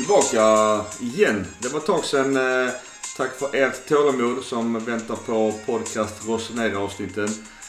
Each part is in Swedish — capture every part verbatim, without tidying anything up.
Tillbaka igen. Det var ett tag sedan. Eh, tack för ert tålamod som väntar på podcast Rossonera avsnitten.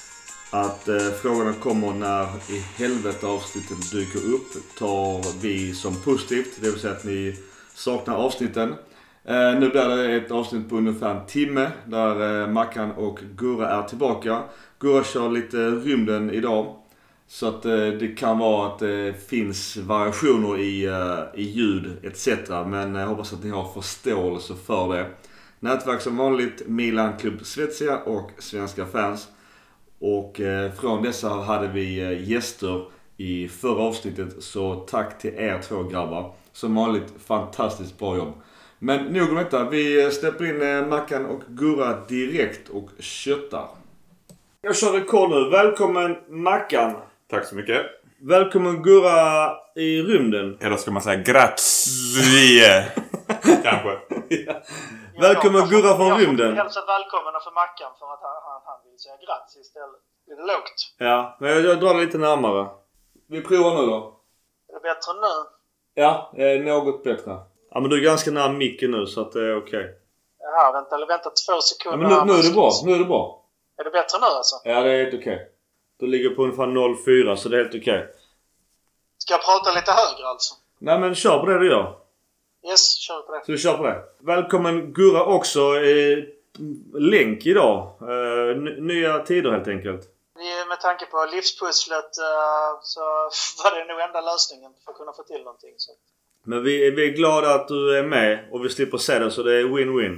Att eh, frågorna kommer när i helvete avsnitten dyker upp tar vi som positivt. Det vill säga att ni saknar avsnitten. Eh, nu blir det ett avsnitt på ungefär en timme där eh, Mackan och Gurra är tillbaka. Gurra kör lite rymden idag. Så att eh, det kan vara att det eh, finns variationer i, eh, i ljud et cetera. Men jag eh, hoppas att ni har förståelse för det. Nätverk som vanligt, Milan Club Svezia och Svenska fans. Och eh, från dessa hade vi eh, gäster i förra avsnittet. Så tack till er två grabbar. Som vanligt fantastiskt bra jobb. Men nog om detta. Vi släpper in eh, Mackan och Gurra direkt och köttar. Jag kör rekord nu. Välkommen Mackan. Tack så mycket. Välkommen Gurra i rymden. Eller ska man säga grazie. Kanske. Ja. Välkommen Gurra från rymden. Jag hälsar välkommen för Mackan för att han, han, han vill säga grazie istället. Det är lågt. Ja, men jag, jag drar det lite närmare. Vi provar nu då. Är det bättre nu? Ja, eh, något bättre. Ja, men du är ganska nära micken nu så att det är okej. Okay. Jaha, vänta, eller vänta två sekunder. Ja, men nu, nu är det bra, nu är det bra. Är det bättre nu alltså? Ja, det är helt okej. Okay. Du ligger på ungefär noll komma fyra så det är helt okej. Okay. Ska jag prata lite högre alltså? Nej, men kör på det du gör. Yes, kör på det. Så vi kör på det. Välkommen Gurra också. Eh, länk idag. Eh, nya tider helt enkelt. Med tanke på livspusslet uh, så var det nog enda lösningen för att kunna få till någonting. Så. Men vi, vi är glada att du är med och vi slipper se det så det är win-win.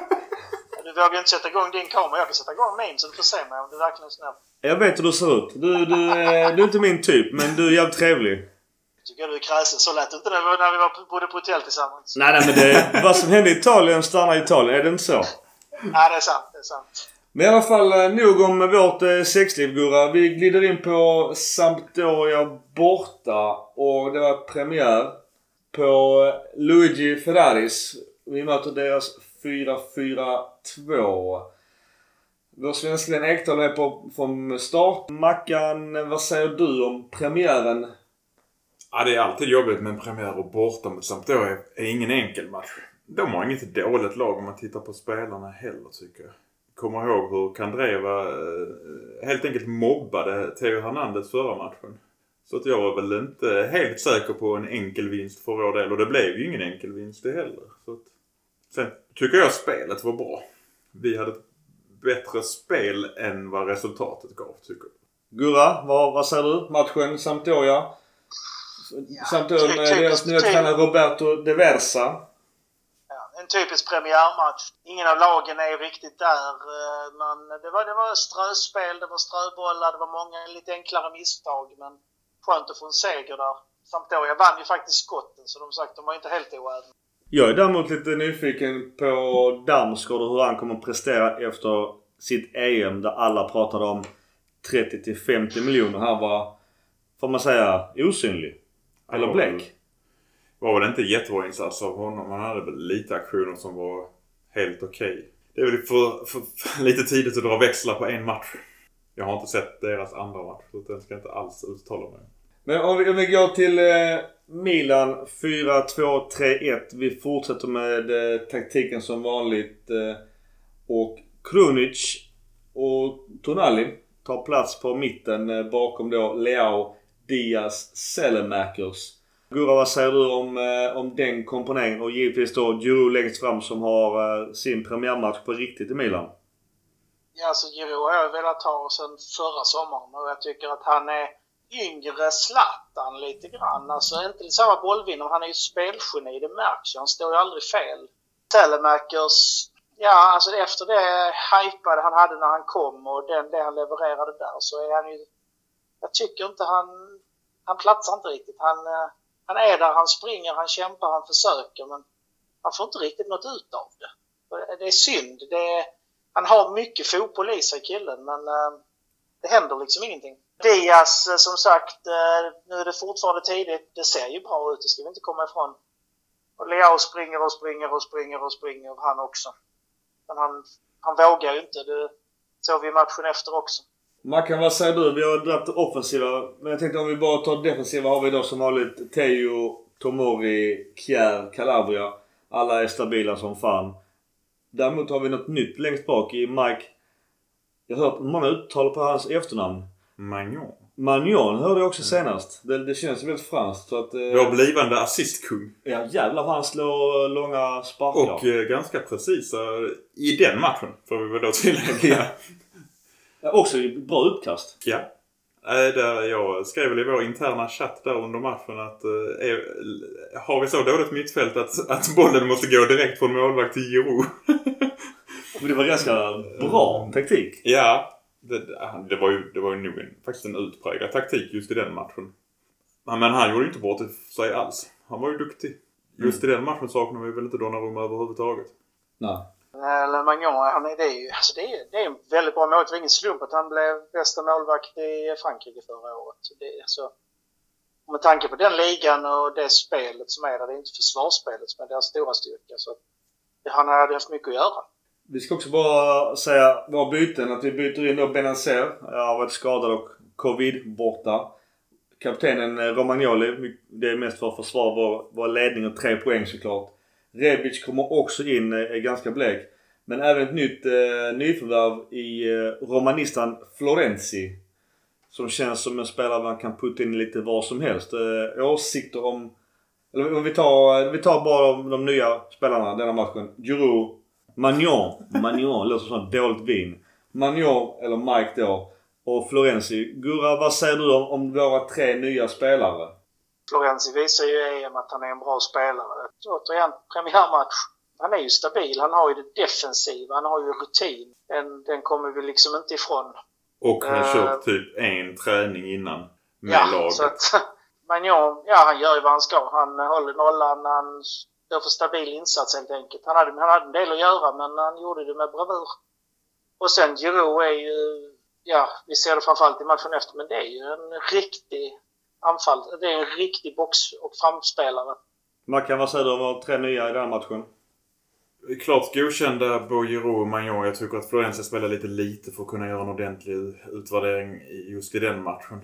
Du vågar inte sätta igång din kamera. Jag kan sätta igång min så du får se mig om du verkligen är snäll. Jag vet hur du ser ut. Du, du, du är inte min typ men du är jävligt trevlig. Tycker du är kräsen. Så lät det inte när vi var bodde på hotell tillsammans. Nej, nej men det, vad som hände i Italien stannar i Italien. Är det inte så? Nej, det är sant. Det är sant. Men i alla fall nog om vårt eh, sexliv, Gurra. Vi glider in på Sampdoria borta och det var premiär på Luigi Ferraris. Vi möter deras fyra fyra två. Vår svenska Glenn Ekdal är på från start. Mackan, vad säger du om premiären? Ja, det är alltid jobbigt med en premiär och borta mot Sampdoria är ingen enkel match. De har inget dåligt lag om man tittar på spelarna heller tycker jag. Kommer ihåg hur Kandreva eh, helt enkelt mobbade Theo Hernandez förra matchen. Så att jag var väl inte helt säker på en enkel vinst för vår del. Och det blev ju ingen enkel vinst det heller. Så att, sen tycker jag spelet var bra. Vi hade ett bättre spel än vad resultatet gav tycker jag. Gurra, vad, vad säger du? Matchen Sampdoria? Ja, Sampdoria med deras nya tränare Roberto De Versa. En typisk premiärmatch. Ingen av lagen är riktigt där. Men det var, det var ströspel, det var ströbollar, det var många lite enklare misstag. Men skönt att få en seger där. Sampdoria vann ju faktiskt skotten så de sagt de var inte helt oädna. Jag är däremot lite nyfiken på Damsgaard och hur han kommer att prestera efter sitt E M där alla pratade om trettio till femtio miljoner. Han var, får man säga, osynlig. Eller blek. Var väl inte jättebra insats av honom. Han hade väl lite aktioner som var helt okej. Okay. Det är väl för, för, för lite tidigt att dra växlar på en match. Jag har inte sett deras andra match. Så den ska jag inte alls uttala mig. Men om vi, om vi går till eh, Milan fyra två tre ett. Vi fortsätter med eh, taktiken som vanligt. Eh, och Krunic och Tonali tar plats på mitten eh, bakom då Leao, Diaz, Selemakers. Gurra, vad säger du om, eh, om den komponenten och givetvis då Giroud längst fram som har eh, sin premiärmatch på riktigt i Milan? Ja, alltså Giroud har jag velat ha sedan förra sommaren och jag tycker att han är yngre Zlatan lite grann. Alltså inte samma bollvinnare, han är ju spelgeni, det märks ju. Han står ju aldrig fel. Telemakers, ja alltså efter det hypade han hade när han kom och den, det han levererade där så är han ju, jag tycker inte han, han platsar inte riktigt. Han... Eh, Han är där, han springer, han kämpar, han försöker men han får inte riktigt något ut av det. Det är synd. Det är, han har mycket fotboll i sig killen men uh, det händer liksom ingenting. Diaz uh, som sagt, uh, nu är det fortfarande tidigt. Det ser ju bra ut, det ska vi inte komma ifrån. Och Leao springer och springer och springer och springer och han också. Men han, han vågar ju inte, det såg vi matchen efter också. Mackan, vad säger du? Vi har dragit offensiva. Men jag tänkte om vi bara tar defensiva har vi då som vanligt Theo, Tomori, Kjär, Calabria. Alla är stabila som fan. Däremot har vi något nytt längst bak i Mike. Jag har hört många uttal på hans efternamn. Magnon. Magnon hörde jag också senast. Det, det känns väldigt franskt. Så att, eh, Vår blivande assistkung. Ja, jävlar vad han slår långa sparkar. Och eh, ganska precisa i den matchen. Får vi väl då tillägga. Ja, också bra uppkast. Ja. Äh, där jag skrev väl i vår interna chatt där under matchen att eh, är, har vi så dåligt mittfält att, att bollen måste gå direkt från målvakt till Giroud. Det var ganska bra taktik. Ja. Det, det var ju, det var ju nog en, faktiskt en utpräglad taktik just i den matchen. Men han gjorde inte bort sig alls. Han var ju duktig. Just mm. i den matchen saknar vi väl inte Donnarumma överhuvudtaget. Nej. Eller Magnon, han är, det, är ju, alltså det, är, det är en väldigt bra mål. Det var ingen slump att han blev bästa målvakt i Frankrike förra året. Så det, alltså, med tanke på den ligan och det spelet som är där, det är inte försvarsspelet som är deras stora styrka. Så han hade haft mycket att göra. Vi ska också bara säga våra byten, att vi byter in då Benazer. Jag har varit skadad och covid borta. Kaptenen Romagnoli, det är mest för att försvara vår, vår ledning och tre poäng såklart. Rebic kommer också in, är ganska blek. Men även ett nytt eh, nyförvärv i eh, romanistan Florenzi. Som känns som en spelare man kan putta in lite var som helst. Eh, åsikter om... Eller om vi tar, vi tar bara de, de nya spelarna denna matchen. Giroud, Magnon. Magnon låter som dåligt vin. Magnon eller Mike då. Och Florenzi. Gurra, vad säger du om, om våra tre nya spelare? Florenzi visar ju E M att han är en bra spelare. Återigen, premiärmatch. Han är ju stabil. Han har ju det defensiva. Han har ju rutin. Den, den kommer vi liksom inte ifrån. Och han har uh, kört typ en träning innan med ja, laget. Så att, Magnon, ja, han gör ju vad han ska. Han håller nollan. Han står för stabil insats helt enkelt. Han hade, han hade en del att göra, men han gjorde det med bravur. Och sen Giroud är ju... Ja, vi ser det framförallt i matchen efter. Men det är ju en riktig anfall. Det är en riktig box- och framspelare. Mackan, vad säger du om tre nya i den här matchen? Klart godkända på Giroud och Magnon. Jag tycker att Florenzi spelar lite lite för att kunna göra en ordentlig utvärdering just i den matchen.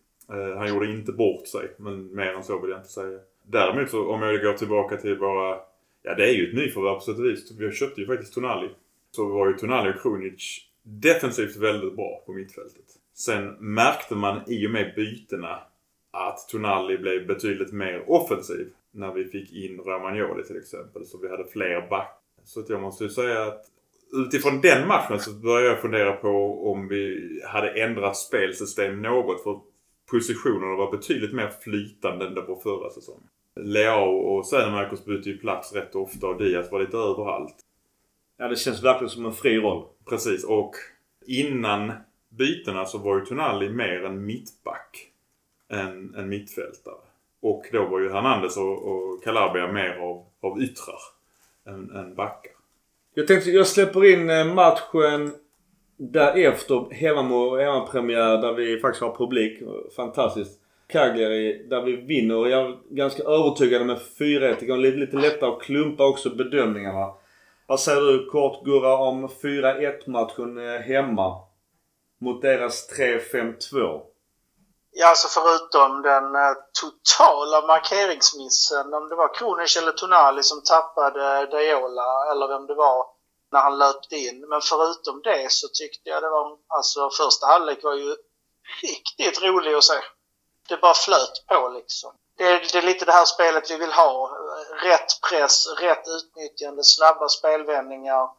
Uh, han gjorde inte bort sig, men mer än så vill jag inte säga. Däremot så om jag går tillbaka till våra... Ja, det är ju ett nyförvärv på sätt och vis. Vi köpte ju faktiskt Tonali. Så var ju Tonali och Krunic defensivt väldigt bra på mittfältet. Sen märkte man i och med bytena att Tonali blev betydligt mer offensiv när vi fick in Romagnoli till exempel. Så vi hade fler back. Så att jag måste ju säga att utifrån den matchen så började jag fundera på om vi hade ändrat spelsystem något. För positionerna var betydligt mer flytande än det var förra säsongen. Leao och Sänemarkos bytte ju plats rätt ofta och Diaz var lite överallt. Ja, det känns verkligen som en fri roll. Precis, och innan bytena så var ju Tonali mer en mittback än en mittfältare. Och då var ju Hernandez och, och Calabria mer av, av yttrar än, än backar. Jag tänkte jag släpper in matchen därefter, hemmapremiär där vi faktiskt har publik. Fantastiskt. Cagliari där vi vinner. Jag är ganska övertygad med fyra ett. Det går lite, lite lättare att klumpa också bedömningarna. Vad säger du kort Gurra om fyra ett matchen hemma mot deras tre fem två? Ja, alltså förutom den eh, totala markeringsmissen, om det var Krunic eller Tonali som tappade Daiola eller vem det var när han löpte in. Men förutom det så tyckte jag det var, alltså första halvlek var ju riktigt rolig att se. Det bara flöt på liksom. Det är, det är lite det här spelet vi vill ha. Rätt press, rätt utnyttjande, snabba spelvändningar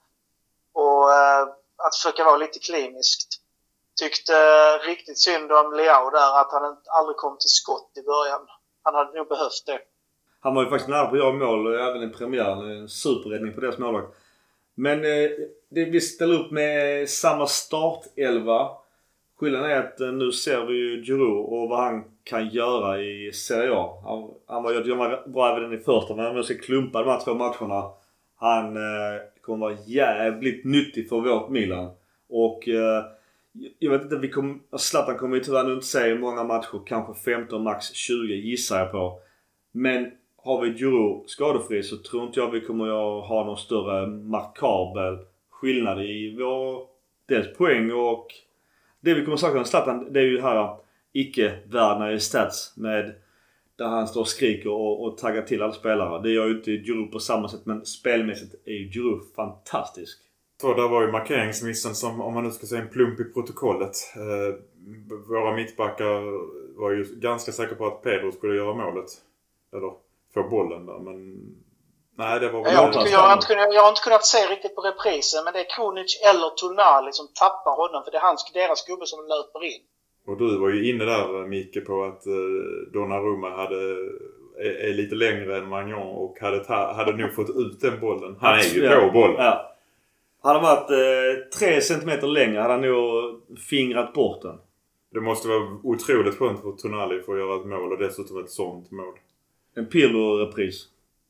och eh, att försöka vara lite kliniskt. Tyckte riktigt synd om Leao där, att han aldrig kom till skott i början. Han hade nog behövt det. Han var ju faktiskt nära på att göra mål även i premiären. En superräddning på deras målvakt. Men eh, det, vi ställer upp med samma startelva. Skillnaden är att eh, nu ser vi ju Giroud och vad han kan göra i Serie A. Han, han var ju bra även i första, men om jag ska klumpa de här två matcherna. Han eh, kommer vara jävligt nyttig för vårt Milan. Och... Eh, jag vet inte, vi kom, Zlatan kommer ju tyvärr nu inte se många matcher, kanske femton, max tjugo gissar jag på. Men har vi Giroud skadefri så tror inte jag vi kommer att ha någon större markabel skillnad i vår dels poäng och det vi kommer att sakna om Zlatan, det är ju här icke-värdena i stats med Där han står och skriker och, och taggar till alla spelare. Det gör ju inte Giroud på samma sätt, men spelmässigt är ju Giroud fantastisk. Så där var ju markeringsmissen som, om man nu ska säga en plump i protokollet. Eh, våra mittbackar var ju ganska säkra på att Pedro skulle göra målet. Eller få bollen där, men... Nej, det var väl... Jag, jag, jag, har inte kunnat, jag har inte kunnat se riktigt på reprisen, men det är Krunic eller Tonali som tappar honom, för det är hans, deras gubbe som löper in. Och du var ju inne där, Micke, på att eh, Donnarumma hade, är, är lite längre än Magnon och hade, ta, hade nog fått ut den bollen. Han är ju ja. på bollen. Ja. Hade han varit eh, tre centimeter längre hade han nog fingrat bort den. Det måste vara otroligt skönt för Tonali för att göra ett mål och dessutom ett sånt mål. En Pirlo-repris.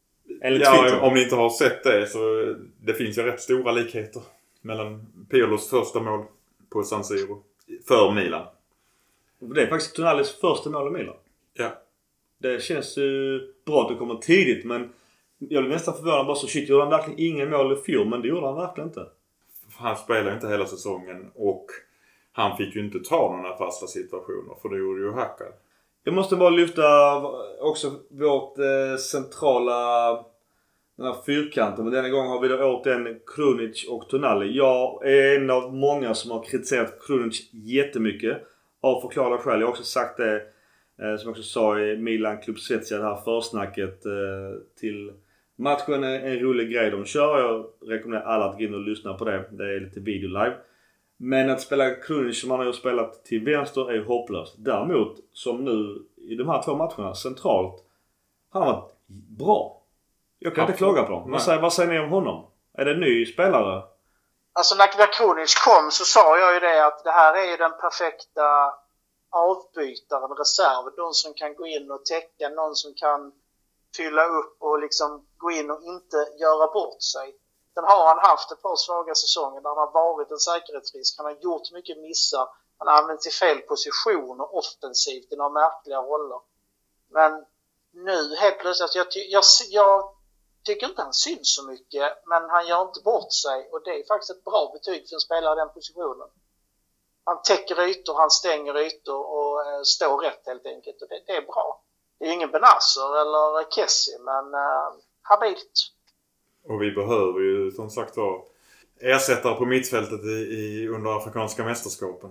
Ja, om ni inte har sett det så det finns ju rätt stora likheter mellan Pirlos första mål på San Siro för Milan. Det är faktiskt Tonalis första mål i Milan. Ja. Det känns uh, bra att det kommer tidigt, men jag blev nästan förvånad bara så shit, gjorde han verkligen ingen mål i fjol, men det gjorde han verkligen inte. Han spelade inte hela säsongen och han fick ju inte ta några fasta situationer, för det gjorde ju Hakan. Jag måste bara lyfta också vårt eh, centrala den här fyrkanten. Men denna gång har vi då återigen Krunic och Tonali. Jag är en av många som har kritiserat Krunic jättemycket. Av förklarade skäl. Jag har också sagt det, eh, som jag också sa i Milan Club Svezia, det här försnacket eh, till matchen är en rolig grej de kör. Jag rekommenderar alla att gå in och lyssna på det. Det är lite video live. Men att spela Krunic som han har spelat till vänster är hopplöst. Däremot, som nu i de här två matcherna centralt, han har varit bra. Jag kan Absolut. inte klaga på dem. Vad säger, vad säger ni om honom? Är det en ny spelare? Alltså när Krunic kom så sa jag ju det att det här är ju den perfekta avbytaren, reserv. Någon som kan gå in och täcka, någon som kan fylla upp och liksom gå in och inte göra bort sig. Sen har han haft ett par svaga säsonger där han har varit en säkerhetsrisk. Han har gjort mycket missar. Han har använt i fel positioner offensivt i några märkliga roller. Men nu helt plötsligt, jag, ty- jag, jag tycker inte han syns så mycket, men han gör inte bort sig. Och det är faktiskt ett bra betyg för en spelare i den positionen. Han täcker ytor, han stänger ytor och äh, står rätt helt enkelt. Och det, det är bra. Det är ingen Benasser eller Kessie, men äh, habilt. Och vi behöver ju som sagt vara ersättare på mittfältet i, i under afrikanska mästerskapen.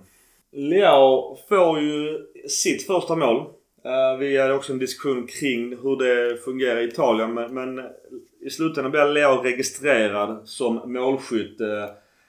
Leao får ju sitt första mål. Uh, vi hade också en diskussion kring hur det fungerar i Italien. Men, men i slutändan blir Leao registrerad som målskytt. Uh,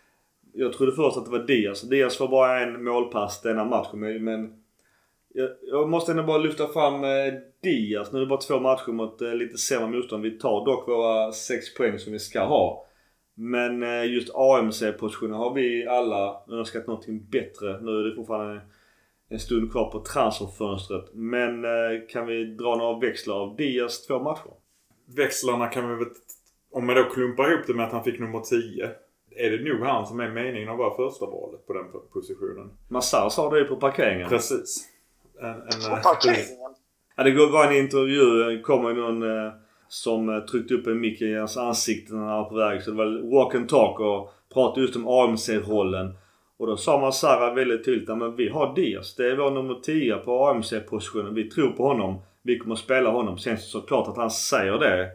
jag trodde först att det var Diaz. Diaz får bara en målpass denna matchen. Men jag, jag måste ändå bara lyfta fram uh, Diaz. Nu är det bara två matcher mot uh, lite sämre motstånd. Vi tar dock våra sex poäng som vi ska ha. Men uh, just A M C-positionen har vi alla önskat någonting bättre. Nu är det fortfarande en stund kvar på transferfönstret. Men uh, kan vi dra några växlar av Diaz två matcher? Växlarna kan vi väl, om man då klumpar ihop det med att han fick nummer tio. Är det nog han som är meningen att vara första valet på den positionen? Massar sa det på parkeringen. Precis. En, en, på parkeringen? Ja, det var en intervju. Det kommer någon uh, som uh, tryckte upp en mick i hans ansikte när han var på väg. Så det var walk and talk och pratade just om A M C-rollen. Och då sa Massara väldigt tydligt att vi har Diaz. Det är vår nummer tio på A M C-positionen. Vi tror på honom. Vi kommer att spela honom. Sen så klart att han säger det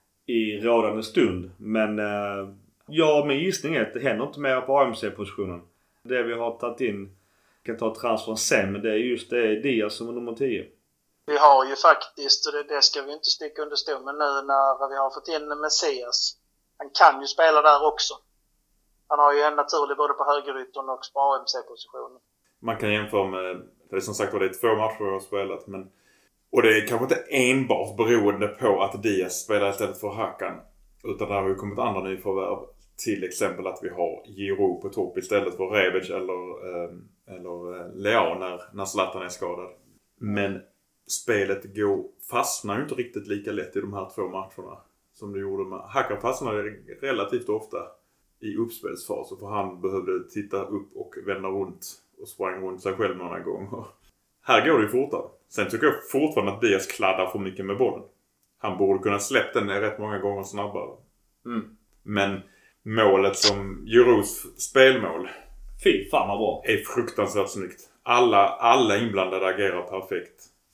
i rådande stund. Men uh, ja, min gissning är att det händer inte mer på A M C-positionen. Det vi har tagit in kan ta transfern sen. Men det är just det är Diaz som är nummer tio. Vi har ju faktiskt, och det, det ska vi inte sticka under stol med nu när vi har fått in Messias. Han kan ju spela där också. Han har ju en naturlig både på högerytten och på A M C-positionen. Man kan jämföra med, det är som sagt var det är två matcher jag har spelat. Men, och det är kanske inte enbart beroende på att Diaz spelar istället för Hakan. Utan det har ju kommit andra nyförvärv. Till exempel att vi har Giroud på topp istället för Rebic eller, eh, eller Leao när, när Zlatan är skadad. Men spelet går, fastnar ju inte riktigt lika lätt i de här två matcherna som det gjorde med. Hakan fastnade relativt ofta i uppspelsfasen för han behövde titta upp och vända runt och sprang runt sig själv några gånger. Här går det ju fortare. Sen tycker jag fortfarande att Diaz kladdar för mycket med bollen. Han borde kunna släppa den rätt många gånger snabbare. Mm. Men målet som Girouds spelmål, fy fan vad bra, är fruktansvärt snyggt. Alla, alla inblandade agerar perfekt.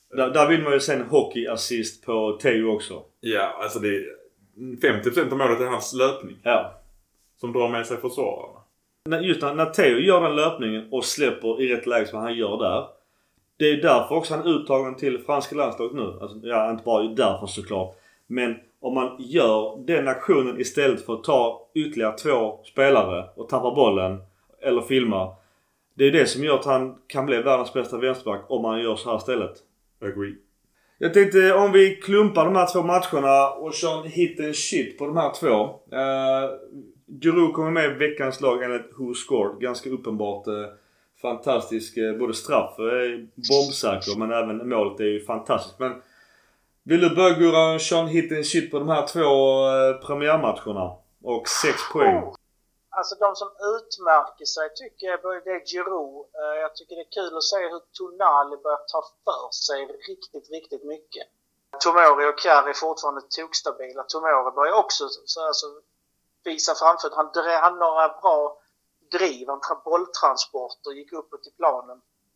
Där, där vill man ju se en hockeyassist på Theo också. Ja, alltså det är femtio procent av målet är hans löpning. Ja. Som drar med sig försvararna. Just när, när Theo gör den löpningen och släpper i rätt läge som han gör där. Det är därför också han är uttagen till franska landslaget nu. Alltså, ja, inte bara därför såklart. Men om man gör den aktionen istället för att ta ytterligare två spelare och tappa bollen eller filma. Det är det som gör att han kan bli världens bästa vänsterback om man gör så här istället. Agree. Jag tänkte om vi klumpar de här två matcherna och kör en hit and shit på de här två. Uh, Giroud kommer med i veckans lag enligt Who Scored. Ganska uppenbart. Uh, fantastisk. Uh, både straff uh, bombsäker men även målet är ju fantastiskt. Men vill du börja Gurra och köra en hit and shit på de här två uh, premiärmatcherna? Och sex poäng. Oh. Alltså de som utmärker sig tycker jag det är Giroud. Jag tycker det är kul att se hur Tonali börjar ta för sig riktigt, riktigt mycket. Tomori och Kjær är fortfarande tokstabila. Tomori börjar också så alltså, visa framför. Han, han har några bra driv. Han tar bolltransporter och gick uppåt i planen.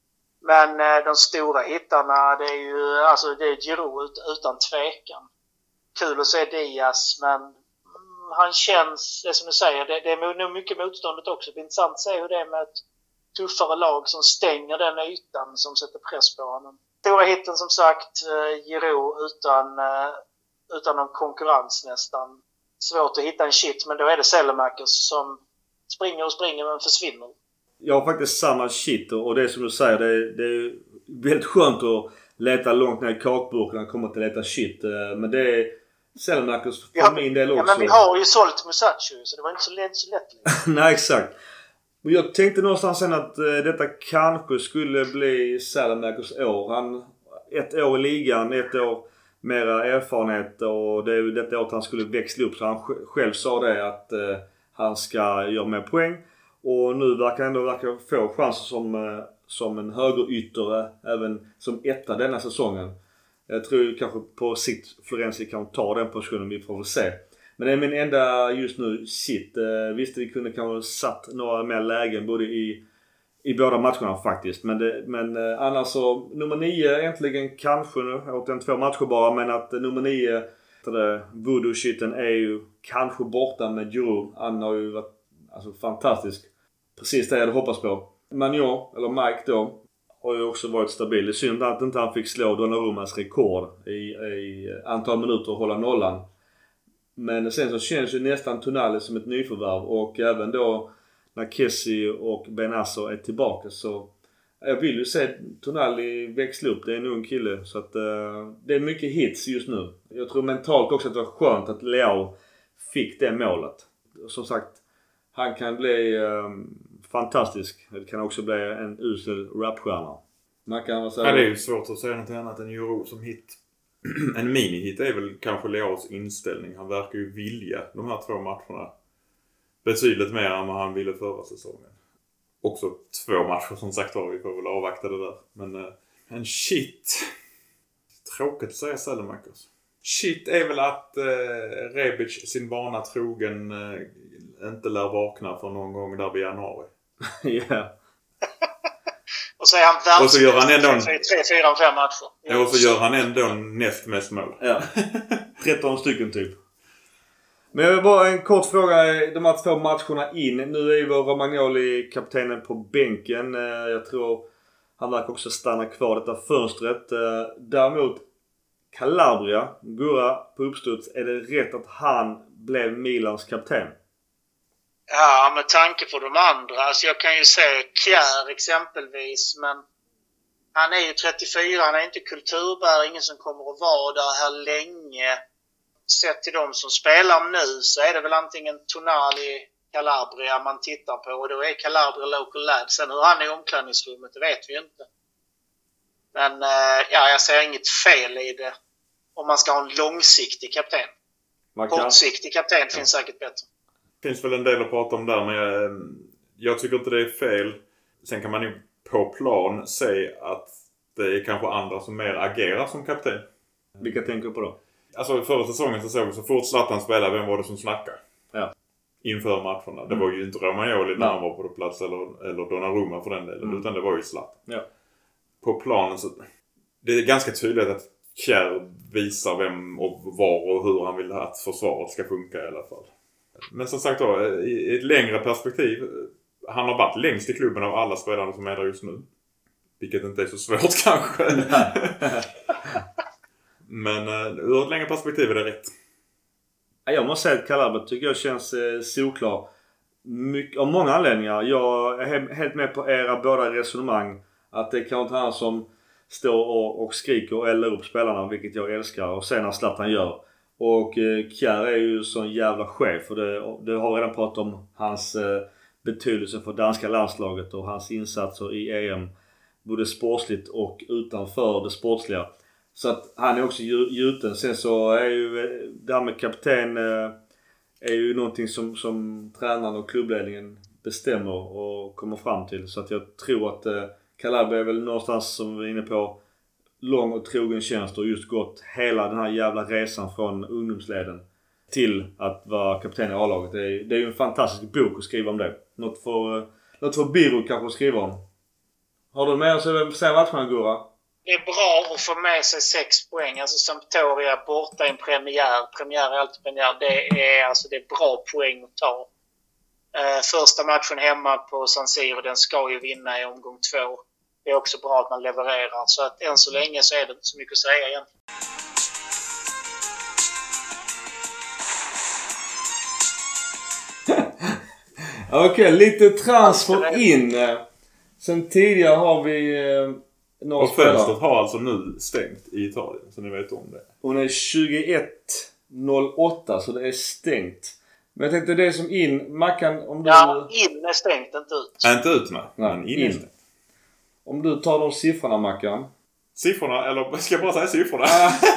Men de stora hittarna det är ju alltså, det är Giroud utan tvekan. Kul att se Diaz men han känns, det som du säger, det, det är nog mycket motståndet också. Det är intressant att se hur det är med ett tuffare lag som stänger den ytan som sätter press på honom. Stora hitten som sagt, Giroud utan, utan någon konkurrens nästan. Svårt att hitta en shit, men då är det Selemakers som springer och springer men försvinner. Jag har faktiskt samma shit och det är som du säger, det är, det är väldigt skönt att leta långt ner i kakburken och komma till att leta shit. Men det är Selemakers för ja, min del också. Ja, men vi har ju sålt Musacho så det var inte så lätt. Så lätt Nej, exakt. Men jag tänkte någonstans sen att uh, detta kanske skulle bli Selemakers år. Han, ett år i ligan, ett år mera erfarenhet och det är ju detta året han skulle växla upp. Så han själv sa det att uh, han ska göra mer poäng. Och nu verkar han ändå verkar få chanser som, uh, som en högerytter även som etta denna säsongen. Jag tror kanske på sikt Florenzi kan ta den positionen, vi får väl se. Men det är min enda just nu shit. Eh, visst vi kunde kanske satt några mer lägen både i, i båda matcherna faktiskt. Men, det, men eh, annars så nummer nio äntligen kanske nu. Åt en två matcher bara. Men att eh, nummer nio, voodoo-shiten är ju kanske borta med Giroud. Han har ju varit alltså, fantastisk. Precis det jag hade hoppats på. Manjo, eller Mike då. Har ju också varit stabil. Det är synd att inte han fick slå Donnarummas rekord i, i antal minuter och hålla nollan. Men sen så känns ju nästan Tonali som ett nyförvärv. Och även då när Kessie och Benazzo är tillbaka så jag vill ju se Tonali växla upp. Det är nog en kille. Så att uh, det är mycket hits just nu. Jag tror mentalt också att det var skönt att Leao fick det målet. Som sagt, han kan bli... Um, fantastisk. Det kan också bli en usel rapstjärna. Man kan säga... Ja, det är ju svårt att säga något annat än Giroud som hit. En mini-hit är väl kanske Leaos inställning. Han verkar ju vilja de här två matcherna betydligt mer än vad han ville förra säsongen. Också två matcher som sagt var. Vi får väl avvakta det där. Men uh, en shit. Tråkigt att säga Selemakers. Shit är väl att uh, Rebic sin vana trogen uh, inte lär vakna för någon gång där i januari. Ja. yeah. Och så är han världsbäst. Och så gör han ändå en... tre, fyra, fem matcher. Ja, och så gör han ändå näst mest mål. Ja. tretton stycken typ. Men jag vill bara en kort fråga. De här två matcherna in. Nu är ju vår Romagnoli kaptenen på bänken. Jag tror han verkar också stanna kvar detta fönstret. Däremot Calabria, Gurra på uppstuds. Är det rätt att han blev Milans kapten? Ja, med tanke på de andra. Alltså jag kan ju se Kjær exempelvis, men han är ju trettiofyra, han är inte kulturbärare, ingen som kommer att vara där här länge. Sett till de som spelar nu så är det väl antingen Tonali, Calabria man tittar på och då är Calabria local lad. Sen hur han är i omklädningsrummet, det vet vi inte. Men ja, jag ser inget fel i det om man ska ha en långsiktig kapten. Kortsiktig kapten ja. Finns säkert bättre. Det finns väl en del att prata om där, men jag, jag tycker inte det är fel. Sen kan man ju på plan se att det är kanske andra som mer agerar som kapten. Vilka tänker du på då? Alltså förra säsongen så såg vi så fort Zlatan spelade, vem var det som snackade? Ja. Inför matcherna. Mm. Det var ju inte Romagnoli när han var på plats eller, eller Donnarumma för den delen, mm. utan det var ju Zlatan. Ja. På planen så... det är ganska tydligt att Kjär visar vem och var och hur han vill att försvaret ska funka i alla fall. Men som sagt då, i ett längre perspektiv, han har varit längst i klubben av alla spelare som är där just nu. Vilket inte är så svårt kanske. Men uh, ur ett längre perspektiv är det rätt. Jag måste säga att Calabria tycker jag känns eh, solklar. Mycket, av många anledningar. Jag är he- helt med på era båda resonemang. Att det kan inte han som står och, och skriker och eldar upp spelarna, vilket jag älskar. Och sen när Zlatan gör. Och eh, Kjär är ju sån jävla chef. Och det, det har redan pratat om hans eh, betydelse för danska landslaget och hans insatser i E M. Både sportsligt och utanför det sportsliga. Så att han är också gjuten. Sen så är ju det här med kapten eh, är ju någonting som, som tränaren och klubbledningen bestämmer och kommer fram till. Så att jag tror att eh, Calabria är väl någonstans, som vi är inne på, lång och trogen tjänst och just gått hela den här jävla resan från ungdomsleden till att vara kapten i A-laget. Det är, det är ju en fantastisk bok att skriva om det. Något för, något för Biro kanske att skriva om. Har du med oss att säga matchen, Gurra? Det är bra att få med sig sex poäng. Alltså Sampdoria borta i en premiär. Premiär är alltid premiär. Det är, alltså, det är bra poäng att ta. Uh, första matchen hemma på San Siro, den ska ju vinna i omgång två. Det är också bra att man levererar. Så att än så länge så är det inte så mycket att säga egentligen. Okej, okay, lite transfer in. Sen tidigare har vi eh, några och fönstret har alltså nu stängt i Italien, så ni vet om det. Hon är tjugoett noll åtta, så det är stängt. Men jag tänkte det som in, Mackan, om du... Ja, in är stängt, inte ut. Nej, inte ut, nej. nej Men in, in är stängt. Om du tar de siffrorna, Mackan. Siffrorna, eller ska jag bara säga siffrorna?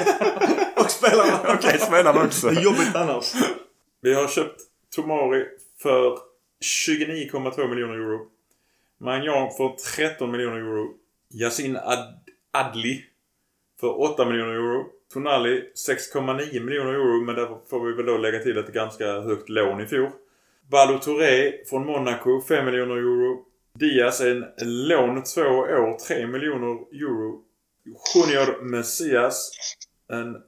Och spelarna. Okej, okay, spelarna också. Det är jobbigt annars. Vi har köpt Tomori för tjugonio komma två miljoner euro. Magnan för tretton miljoner euro. Yasin Ad- Adli för åtta miljoner euro. Tonali sex komma nio miljoner euro, men där får vi väl då lägga till ett ganska högt lån i fjol. Ballo Touré från Monaco fem miljoner euro. Diaz en lån två år tre miljoner euro. Junior Messias en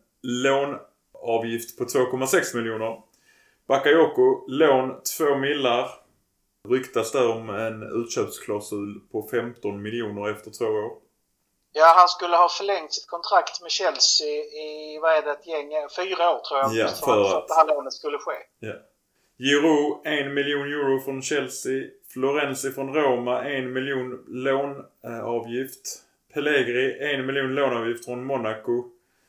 lånavgift på två komma sex miljoner. Bakayoko lån två millar. Ryktas där om en utköpsklausul på femton miljoner efter två år. Ja, han skulle ha förlängt sitt kontrakt med Chelsea i, vad är det, ett gäng, fyra år tror jag. Ja, för, för att, att det här lånet skulle ske. Ja. Giroud en miljon euro från Chelsea. Florenzi från Roma en miljon lånavgift. Pellegri en miljon lånavgift från Monaco.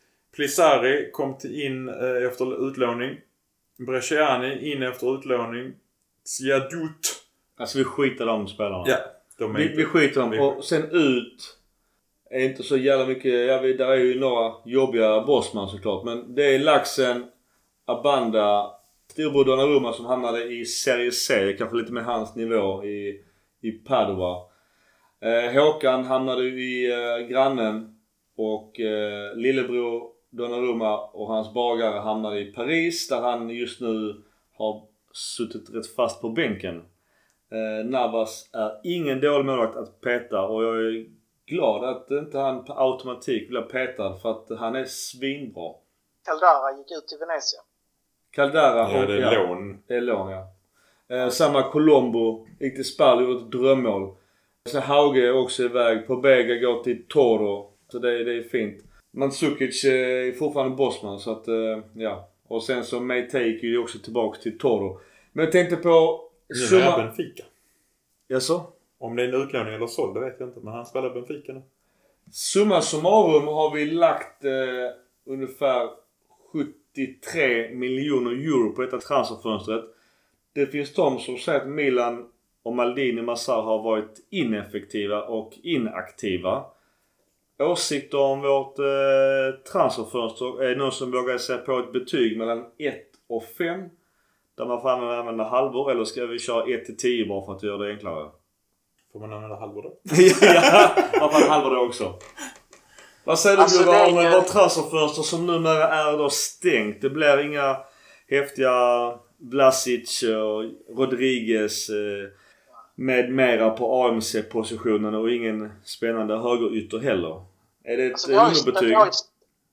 Plisari kom till in eh, efter utlåning. Bresciani in efter utlåning. Siadut. Alltså vi skiter de spelarna. Ja, de är vi, inte. vi skiter dem. Vi... Och sen ut är inte så jävla mycket. Ja, vi, där är ju några jobbiga bossman såklart. Men det är Laxen, Abanda, storbror Donnarumma som hamnade i Serie C. Kanske lite med hans nivå i, i Padova. Eh, Håkan hamnade i eh, grannen. Och eh, lillebror Donnarumma och hans bagare hamnade i Paris. Där han just nu har suttit rätt fast på bänken. Eh, Navas är ingen dålig målvakt att peta. Och jag är glad att inte han på automatik blir petad. För att han är svinbra. Caldara gick ut till Venezia. Caldara. Ja, det är ja, lån. Det är lån, ja. Eh, samma Colombo. Gick till Spal, gjorde ett drömmål. Sen Hauge är också iväg. På Bega går till Toro. Så det, det är fint. Mandzukic är fortfarande bossman. Så att, eh, ja. Och sen så Meite gick ju också tillbaka till Toro. Men jag tänkte på... Nu är Benfica. Jaså? Om det är en utlåning eller såld, det vet jag inte. Men han spelar Benfica nu. Summa summarum har vi lagt eh, ungefär sjuttiotre miljoner euro på detta transferfönstret. Det finns de som säger att Milan och Maldini Massar har varit ineffektiva och inaktiva. Åsikter om vårt eh, transferfönster är någon som vågar säga på ett betyg mellan ett och fem. Där man får använda halvor, eller ska vi köra ett till tio bara för att göra det enklare? Får man använda halvor då? Ja, man får halvor då också. Vad säger du alltså, om ju... vårt transferfönster som numera är då stängt? Det blir inga häftiga Vlasic och Rodriguez eh, med mera på A M C-positionen och ingen spännande högerytter heller. Är det ett alltså, vi har ju- underbetyg? vi har ju-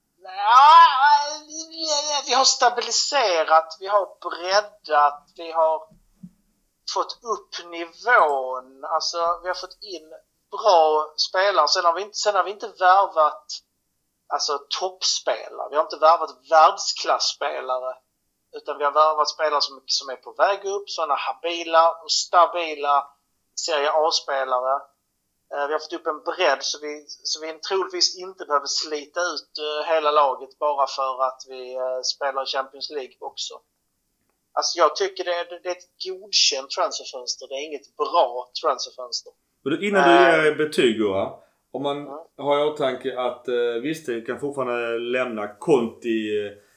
Ja, vi har stabiliserat, vi har breddat, vi har fått upp nivån. Alltså, vi har fått in bra spelare. Sen har vi inte, sen har vi inte värvat alltså, toppspelare. Vi har inte värvat världsklasspelare. Utan vi har värvat spelare som, som är på väg upp. Sådana habila och stabila Serie A-spelare. Vi har fått upp en bredd så vi, så vi troligtvis inte behöver slita ut hela laget bara för att vi spelar i Champions League också. Alltså jag tycker det är, det är ett godkänt transferfönster. Det är inget bra transferfönster. Innan du ger betyg, Gora, om man mm. har i åtanke att visst, det kan fortfarande lämna Conti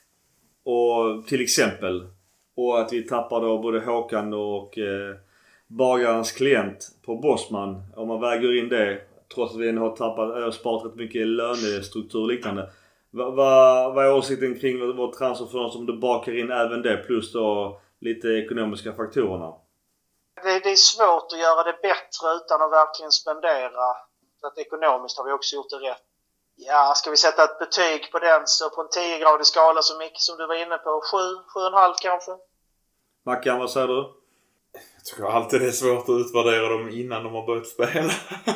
och till exempel, och att vi tappar då både Håkan och eh, bagarens klient på Bosman, om man väger in det, trots att vi har tappat, äh, sparat rätt mycket lönestruktur och liknande. Vad va, va är åsikten kring vår transferfönster om du bakar in även det plus då lite ekonomiska faktorerna? Det, det är svårt att göra det bättre utan att verkligen spendera. Så att ekonomiskt har vi också gjort det rätt. Ja, ska vi sätta ett betyg på den så på en tio-gradig skala så mycket som du var inne på, sju, sju och en halv kanske. Mackan, vad säger du? Jag tycker alltid det är svårt att utvärdera dem innan de har börjat spela.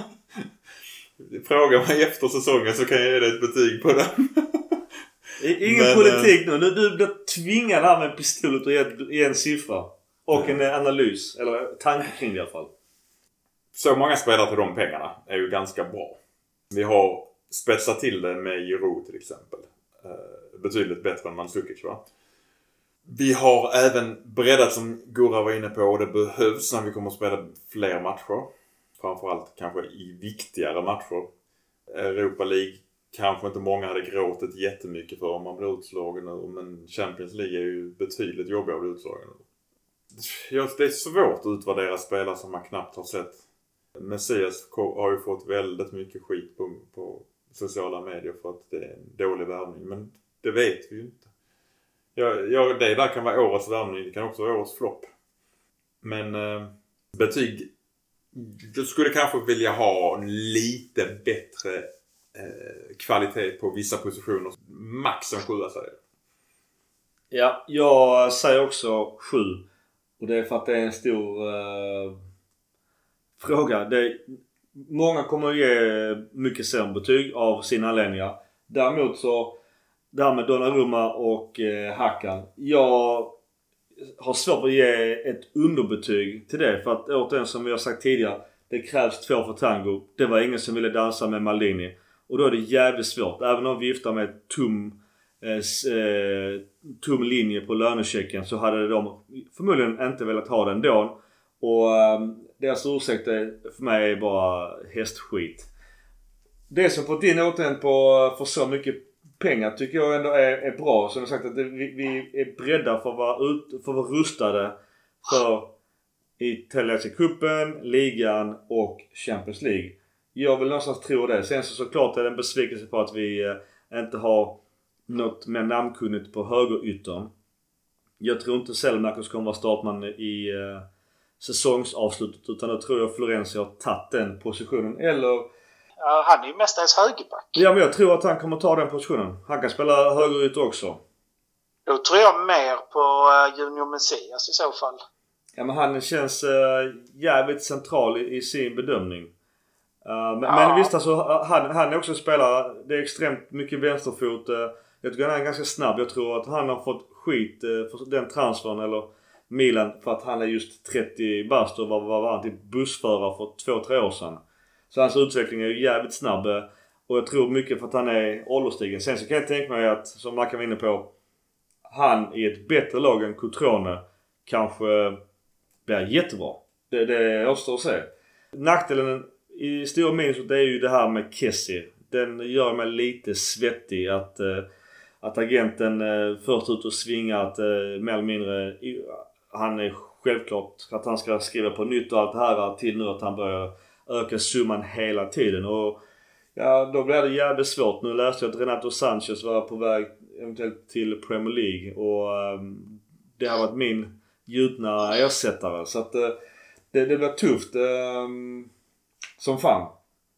Frågar mig efter säsongen så kan jag ge dig ett betyg på den. Ingen men, politik nu. Du blir tvingad här med en pistol och ge en siffra. Och en analys. Eller tanke kring det i alla fall. Så många spelare till de pengarna är ju ganska bra. Vi har spetsat till det med Giroud till exempel. Eh, betydligt bättre än Mandzukic, va? Vi har även breddat som Gora var inne på och det behövs när vi kommer att spela fler matcher. Framförallt kanske i viktigare matcher. Europa League kanske inte många hade gråtit jättemycket för om man blir utslagen nu. Men Champions League är ju betydligt jobbigare att bli utslagen nu. Ja, det är svårt att utvärdera spelare som man knappt har sett. Messias har ju fått väldigt mycket skit på, på sociala medier för att det är en dålig värvning. Men det vet vi ju inte. Ja, ja, det där kan vara årets värvning. Det kan också vara årets flopp. Men eh, betyg... Du skulle kanske vilja ha lite bättre eh, kvalitet på vissa positioner. Max en sjua säger jag. Ja, jag säger också sju. Och det är för att det är en stor eh, fråga. Det, många kommer att ge mycket sämre betyg av sina anledningar. Däremot så, det här med Donnarumma och eh, Hakan. Jag har svårt att ge ett underbetyg till det. För att återigen som vi har sagt tidigare, det krävs två för tango. Det var ingen som ville dansa med Maldini. Och då är det jävligt svårt. Även om vi viftar med ett tum... Eh, tum linje på lönechecken så hade de förmodligen inte velat ha den då. Och eh, deras ursäkt för mig är bara hästskit. Det som fått in återigen på för så mycket pengar tycker jag ändå är, är bra. Som jag sagt att det, vi, vi är beredda för att vara, ut, för att vara rustade för Italienska cupen, ligan och Champions League. Jag vill någonstans tro det. Sen så såklart är det en besvikelse på att vi eh, inte har något mer namnkunnigt på högeryttern. Jag tror inte Selmakers kommer vara startman i eh, säsongsavslutet, utan jag tror jag Florenzi har tagit den positionen. Eller... Ja, han är ju mestadels högerback. Ja, men jag tror att han kommer ta den positionen. Han kan spela högerytter också. Då tror jag mer på uh, Junior Messias i så fall. Ja, men han känns uh, jävligt central i, i sin bedömning. Uh, men, ja. men visst alltså, han, han är också spelare. Det är extremt mycket vänsterfot. Uh, jag tycker han är ganska snabb. Jag tror att han har fått skit uh, för den transfern eller Milan för att han är just trettio bast och var, var, var han till bussförare för två, tre år sedan. Så hans utveckling är ju jävligt snabb. Uh, och jag tror mycket för att han är ålderstigen. Sen så kan jag tänka mig att, som man kan vara inne på, han i ett bättre lag än Cotrone kanske blir jättebra. Det, det återstår att se. Nackdelen i stora minus det är ju det här med Kessie. Den gör mig lite svettig att, eh, att agenten eh, först ut och svingar att eh, mer eller mindre han är självklart att han ska skriva på nytt och allt det här till nu att han börjar öka summan hela tiden. Och ja, då blir det jävligt svårt. Nu läste jag att Renato Sanchez var på väg eventuellt till Premier League och um, det har varit min gjutna ersättare. Så att uh, det, det blir tufft um, som fan.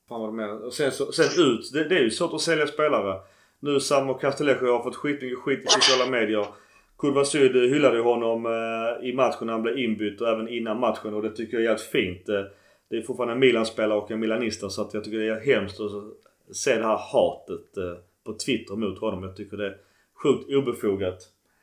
Fan vad det med. Och sen, så, sen ut, det, det är ju svårt att sälja spelare. Nu Samu Castellejo har fått skitmycket skit i sociala medier. Kurva Syd hyllade honom eh, i matchen när han blev inbytt och även innan matchen. Och det tycker jag är helt fint. Eh, det är fortfarande en Milan-spelare och en milanista, så att jag tycker det är hemskt att se det här hatet eh, på Twitter mot honom. Jag tycker det är sjukt obefogat.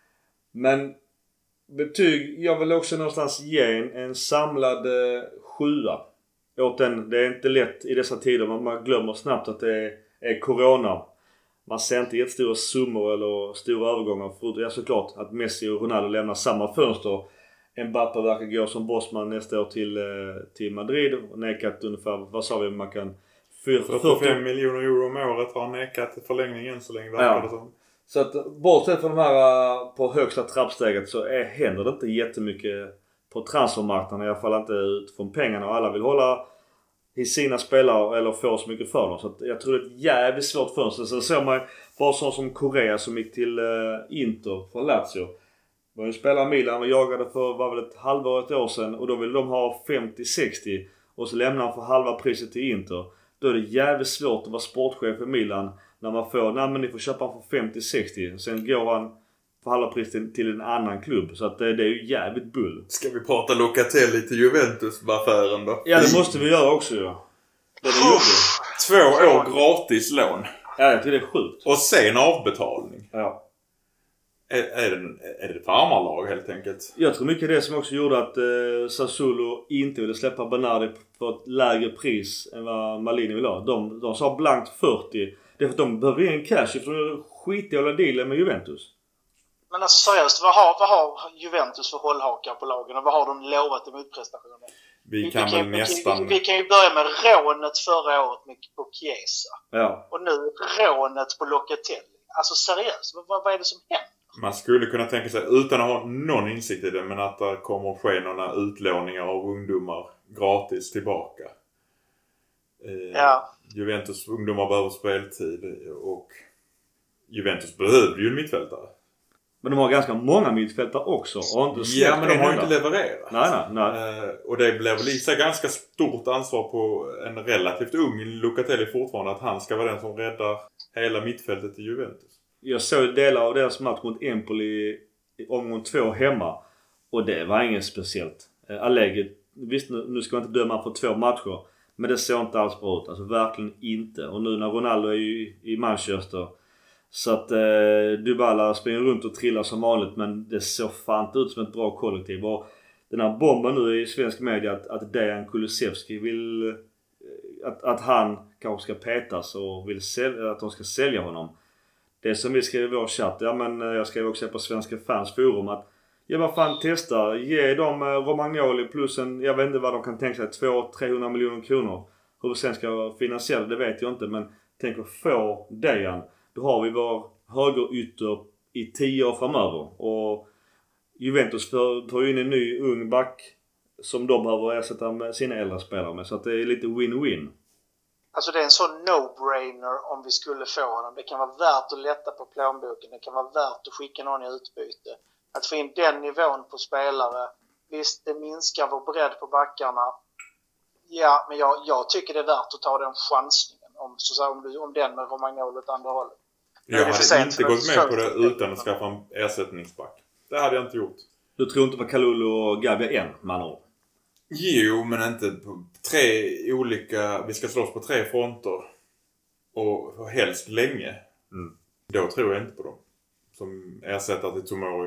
Men betyg, jag vill också någonstans ge en, en samlad eh, sjua. Åt den, det är inte lätt i dessa tider. Man, man glömmer snabbt att det är, är corona. Man ser inte jättestora summor eller stora övergångar. Förutom ja, såklart att Messi och Ronaldo lämnar samma fönster. Mbappé verkar gå som bossman nästa år till, till Madrid. Och nekat ungefär, vad sa vi, man kan... fyrtiofem miljoner euro om året har nekat förlängningen så länge verkar det som. Så att bortsett från de här på högsta trappsteget så är, händer det inte jättemycket på transfermarknaden. I alla fall inte ut från pengarna. Och alla vill hålla i sina spelare eller få så mycket för dem. Så att jag tror det är ett jävligt svårt fönster. Så ser man bara sån som Korea som gick till uh, Inter för Lazio. Var ju spelare Milan och jagade för var väl ett halvår ett år sedan. Och då ville de ha femtio sextio. Och så lämnar han för halva priset till Inter. Då är det jävligt svårt att vara sportchef i Milan. När man får, nej men ni får köpa han för femtio sextio. Sen går han för halva priset till en annan klubb. Så att det, det är ju jävligt bull. Ska vi prata Locatelli till Juventus-affären då? Ja, det måste vi göra också, ja. Det är jobbigt. Två år gratis lån. Ja, jag tycker det är sjukt. Och sen avbetalning. Ja. Är, är, det, är det farmarlag helt enkelt? Jag tror mycket det som också gjorde att eh, Sassuolo inte ville släppa Bernardi för ett lägre pris än vad Malini vill ha. De, de sa blankt fyrtio. Det är för att de behöver en cash för de skiter i alla dealen med Juventus. Men alltså seriöst, vad har, vad har Juventus för hållhakar på lagen och vad har de lovat i motprestationen? Vi, vi kan, kan väl nästan... Vi, vi kan ju börja med rånet förra året med, på Chiesa. Ja. Och nu rånet på Locatelli. Alltså seriöst, vad, vad är det som händer? Man skulle kunna tänka sig, utan att ha någon insikt i det, men att det kommer att ske några utlåningar av ungdomar gratis tillbaka. Eh, ja. Juventus ungdomar behöver speltid och Juventus behöver ju en mittfältare. Men de har ganska många mittfältare också. Och inte ja, men de har ju inte levererat. Nej, nej, nej. Eh, och det blev väl i sig ganska stort ansvar på en relativt ung Locatelli fortfarande att han ska vara den som räddar hela mittfältet i Juventus. Jag såg delar av deras match mot Empoli i omgång två hemma. Och det var inget speciellt. Eh, Allegri, visst nu, nu ska man inte döma för två matcher. Men det såg inte alls bra ut. Alltså verkligen inte. Och nu när Ronaldo är i, i Manchester. Så att eh, Dybala springer runt och trillar som vanligt. Men det såg fan inte ut som ett bra kollektiv. Och den här bomben nu i svensk media att, att Dejan Kulusevski vill... Att, att han kanske ska petas och vill sälja, att de ska sälja honom. Det som vi skrev i vår chatt. Ja men jag skrev också på Svenska Fans forum att ja vad fan testa. Ge dem Romagnoli plus en, jag vet inte vad de kan tänka sig, två till trehundra miljoner kronor. Hur vi sen ska finansiera det vet jag inte. Men tänk att få Dejan. Då har vi vår högerytter i tio år framöver. Och Juventus tar ju in en ny ung back som de behöver ersätta med sina äldre spelare med. Så att det är lite win-win. Alltså det är en sån no-brainer om vi skulle få honom. Det kan vara värt att lätta på plånboken. Det kan vara värt att skicka någon i utbyte. Att få in den nivån på spelare. Visst, det minskar vår bredd på backarna. Ja, men jag, jag tycker det är värt att ta den chansningen. Om, så om, du, om den med Romagnoli åt andra hållet. Jag hade inte gått med på det utan att skaffa en ersättningsback. Det hade jag inte gjort. Du tror inte på Kalulu och Gavi än, man? Jo, men inte på tre olika... Vi ska slåss på tre fronter. Och helst länge. Mm. Då tror jag inte på dem. Som ersättare till Tomori.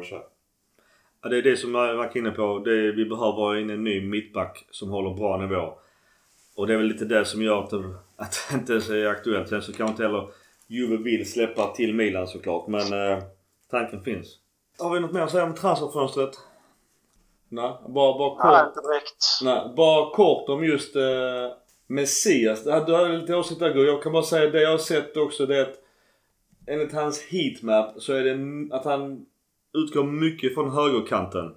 Ja, det är det som jag var inne på. Det är, vi behöver in en ny mittback som håller bra nivå. Och det är väl lite det som gör att, att det inte är aktuellt. Sen så kan inte heller Juve vill släppa till Milan såklart. Men eh, tanken finns. Har vi något mer att säga om transferfönstret? Nej, bara, bara kort. Nej, inte direkt. Nej, bara kort om just eh, Messias. Du hade lite åsikt där. Jag kan bara säga det jag har sett också. Det är att enligt hans heatmap så är det att han utgår mycket från högerkanten.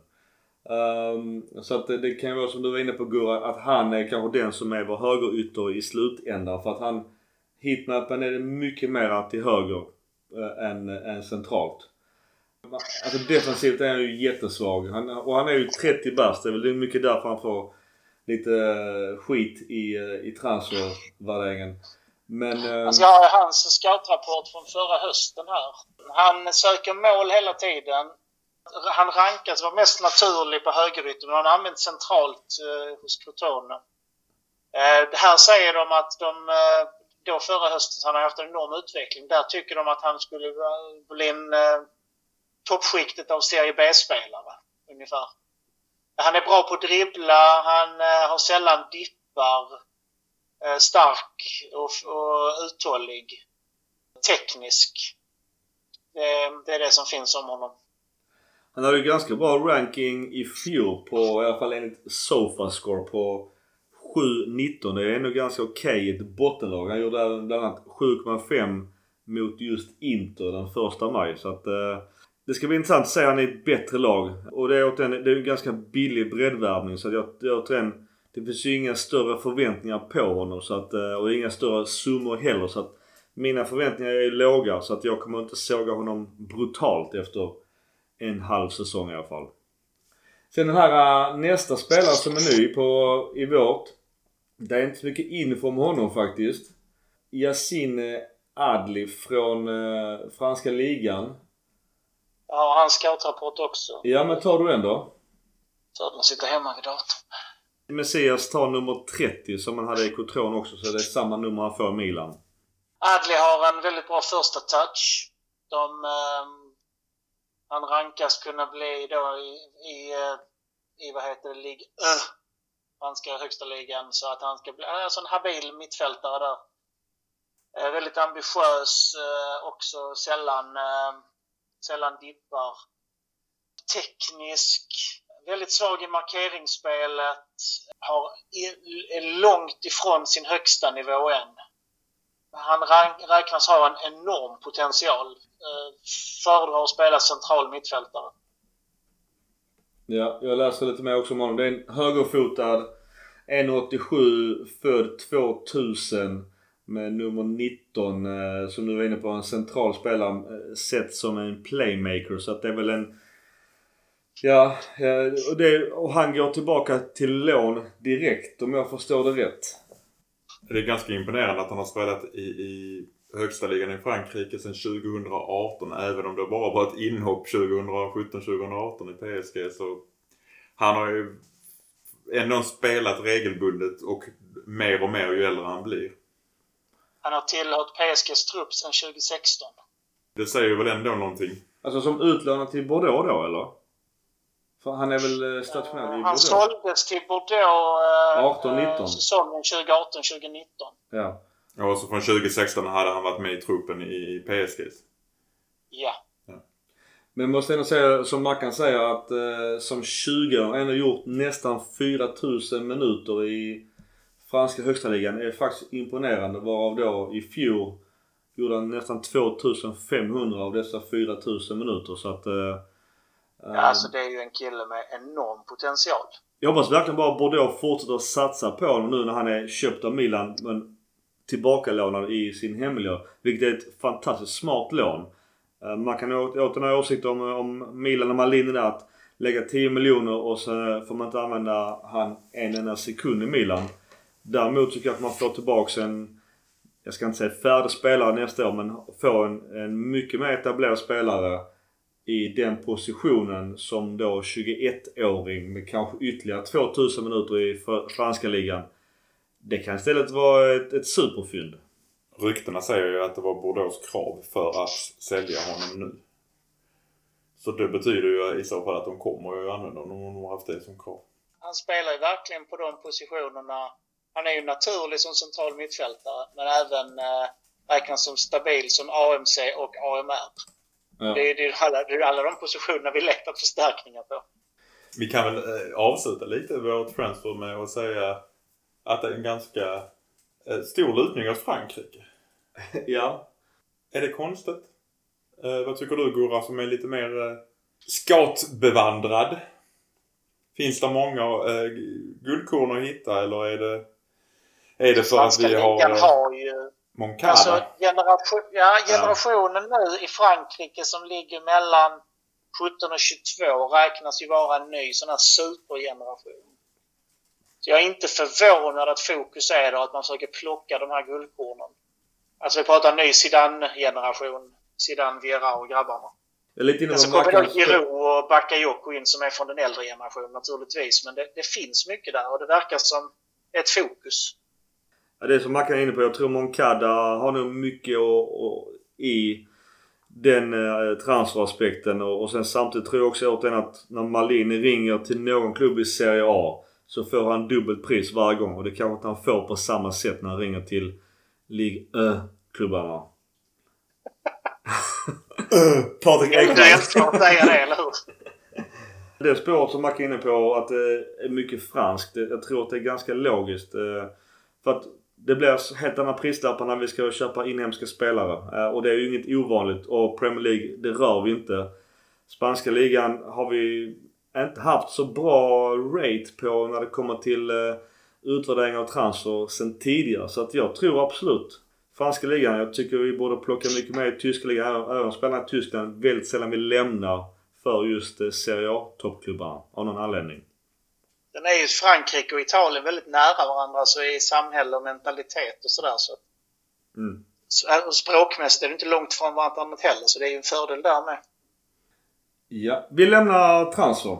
Um, så att det, det kan ju vara som du var inne på Gurra, att han är kanske den som är vår högerytter i slutändan. För att han, heatmappen är det mycket mer till höger äh, än, än centralt. Alltså defensivt är han ju jättesvag. Han, och han är ju trettio bast. Det är väl mycket därför han får lite skit i, i transfervärderingen. Men... Alltså, jag har hans scoutrapport från förra hösten här. Han söker mål hela tiden. Han rankas vara mest naturlig på högerytter, men han har använt centralt eh, hos Crotone. Eh, det här säger de att de eh, då förra hösten han har haft en enorm utveckling. Där tycker de att han skulle bli en eh, toppskiktet av Serie B-spelare ungefär. Han är bra på att dribbla, han eh, har sällan dippar, eh, stark och, och uthållig, teknisk. Det, det är det som finns om honom. Han hade ju ganska bra ranking i fjol på, i alla fall enligt Sofascore, på sju nitton. Det är ändå ganska okej i ett bottenlag. Han gjorde bland annat sju komma fem mot just Inter den första maj. Så att eh, det ska bli intressant att se han är ett bättre lag. Och det är åt en, det är en ganska billig breddvärvning. Så att jag, jag tror att det finns ju inga större förväntningar på honom. Så att, och inga större summor heller. Så att mina förväntningar är låga. Så att jag kommer inte såga honom brutalt efter en halv säsong i alla fall. Sen den här nästa spelare som är ny på, i vårt. Det är inte så mycket info om honom faktiskt. Yassine Adli från eh, franska ligan. Ja, hans scoutrapport också. Ja, men tar du den då? Så att man sitter hemma vid datorn. Messias tar nummer trettio som man hade i Cotrone också, så det är samma nummer han får i Milan. Adli har en väldigt bra första touch. De, eh, han rankas kunna bli då i, i, i vad heter det, lig, uh, franska högsta ligan, så att han ska bli alltså en habil mittfältare där. Eh, väldigt ambitiös, eh, också sällan, eh, sällan dippar. Teknisk, väldigt svag i markeringsspelet, har, är långt ifrån sin högsta nivå än. Han räknas ha en enorm potential. Eh, föredrar att spela central mittfältare. Ja, jag läste lite mer också om honom. Det är en högerfotad, en komma åttiosju, född tvåtusen, med nummer nitton, eh, som du var inne på, en central spelare, eh, sett som en playmaker. Så att det är väl en... Ja, och, det, och han går tillbaka till lån direkt, om jag förstår det rätt. Det är ganska imponerande att han har spelat i, i högsta ligan i Frankrike sedan tjugo arton. Även om det bara var ett inhopp tjugo sjutton tjugo arton i P S G. Så han har ju ändå spelat regelbundet och mer och mer ju äldre han blir. Han har tillhört P S G:s trupp sedan tjugo sexton. Det säger väl ändå någonting. Alltså som utlånad till Bordeaux då, eller? För han är väl stationerad i Bordeaux? Han såldes till Bordeaux eh, arton nitton. säsongen tjugo arton tjugo nitton. Ja. Och så från tjugo sexton hade han varit med i truppen i P S G. Ja. Ja. Men måste ändå säga, som Mackan säger, att eh, som tjugo har ändå gjort nästan fyra tusen minuter i franska högsta ligan är faktiskt imponerande. Varav då i fjol gjorde han nästan tvåtusenfemhundra av dessa fyra tusen minuter. Så att... Eh, Ja, alltså det är ju en kille med enorm potential. Jag hoppas verkligen bara Bordeaux fortsätter att satsa på honom nu när han är köpt av Milan, men tillbakalånad i sin hemmiljö. Vilket är ett fantastiskt smart lån. Man kan åter ha åsikt om, om Milan och Malin där, att lägga tio miljoner och så får man inte använda han en enda sekund i Milan. Däremot tycker jag att man får tillbaka en, jag ska inte säga färdig spelare nästa år, men får en, en mycket mer etablerad spelare i den positionen som då tjugoett-åring med kanske ytterligare tvåtusen minuter i franska ligan. Det kan istället vara ett, ett superfynd. Ryktena säger ju att det var Bordeaux krav för att sälja honom nu. Så det betyder ju i så fall att de kommer att använda honom om de har haft det som krav. Han spelar ju verkligen på de positionerna. Han är ju naturlig som central mittfältare, men även eh, räknas som stabil som A M C och A M R. Ja. Det är ju alla, det är alla de positionerna vi letar förstärkningar på. Vi kan väl eh, avsluta lite vårt transfer med att säga att det är en ganska eh, stor lutning av Frankrike. Ja. Är det konstigt? Eh, vad tycker du, Gurra, som är lite mer eh, scoutbevandrad? Finns det många eh, guldkorn att hitta, eller är det, är det för Franska att vi har... ligan har ju... Moncada. Alltså generation, ja, generationen ja. nu i Frankrike som ligger mellan sjutton och tjugotvå räknas ju vara en ny sån här supergeneration. Jag är inte förvånad att fokus är då att man försöker plocka de här guldkornen. Alltså vi pratar ny Zidane-generation. Zidane, Vieira och grabbarna. Lite så kommer då Giroud och Bakayoko in som är från den äldre generationen naturligtvis. Men det, det finns mycket där och det verkar som ett fokus. Ja, det är som Mackan är inne på. Jag tror Moncada har nog mycket och, och, i den eh, transferaspekten. Och, och sen samtidigt tror jag också åt den att när Maldini ringer till någon klubb i Serie A så får han dubbelt pris varje gång. Och det kanske inte han får på samma sätt när han ringer till Ligue ett-klubbarna. Patrik Ekman. Det är helt klart att säga det, eller hur? Det spåret som Mackan är inne på att det är mycket franskt. Jag tror att det är ganska logiskt. För att det blir helt andra prislappar när vi ska köpa inhemska spelare. Och det är ju inget ovanligt. Och Premier League, det rör vi inte. Spanska ligan har vi inte haft så bra rate på när det kommer till utvärdering av transfer sen tidigare. Så att jag tror absolut franska ligan, jag tycker vi borde plocka mycket mer i tyska ligan. Även spelarna i Tyskland väldigt sällan vi lämnar för just Serie A-toppklubbarna av någon anledning. Den är ju Frankrike och Italien väldigt nära varandra så i samhälle och mentalitet och sådär. Så. Mm. Så, språkmässigt är det inte långt från varandra heller så det är ju en fördel där med. Ja, vi lämnar transfer.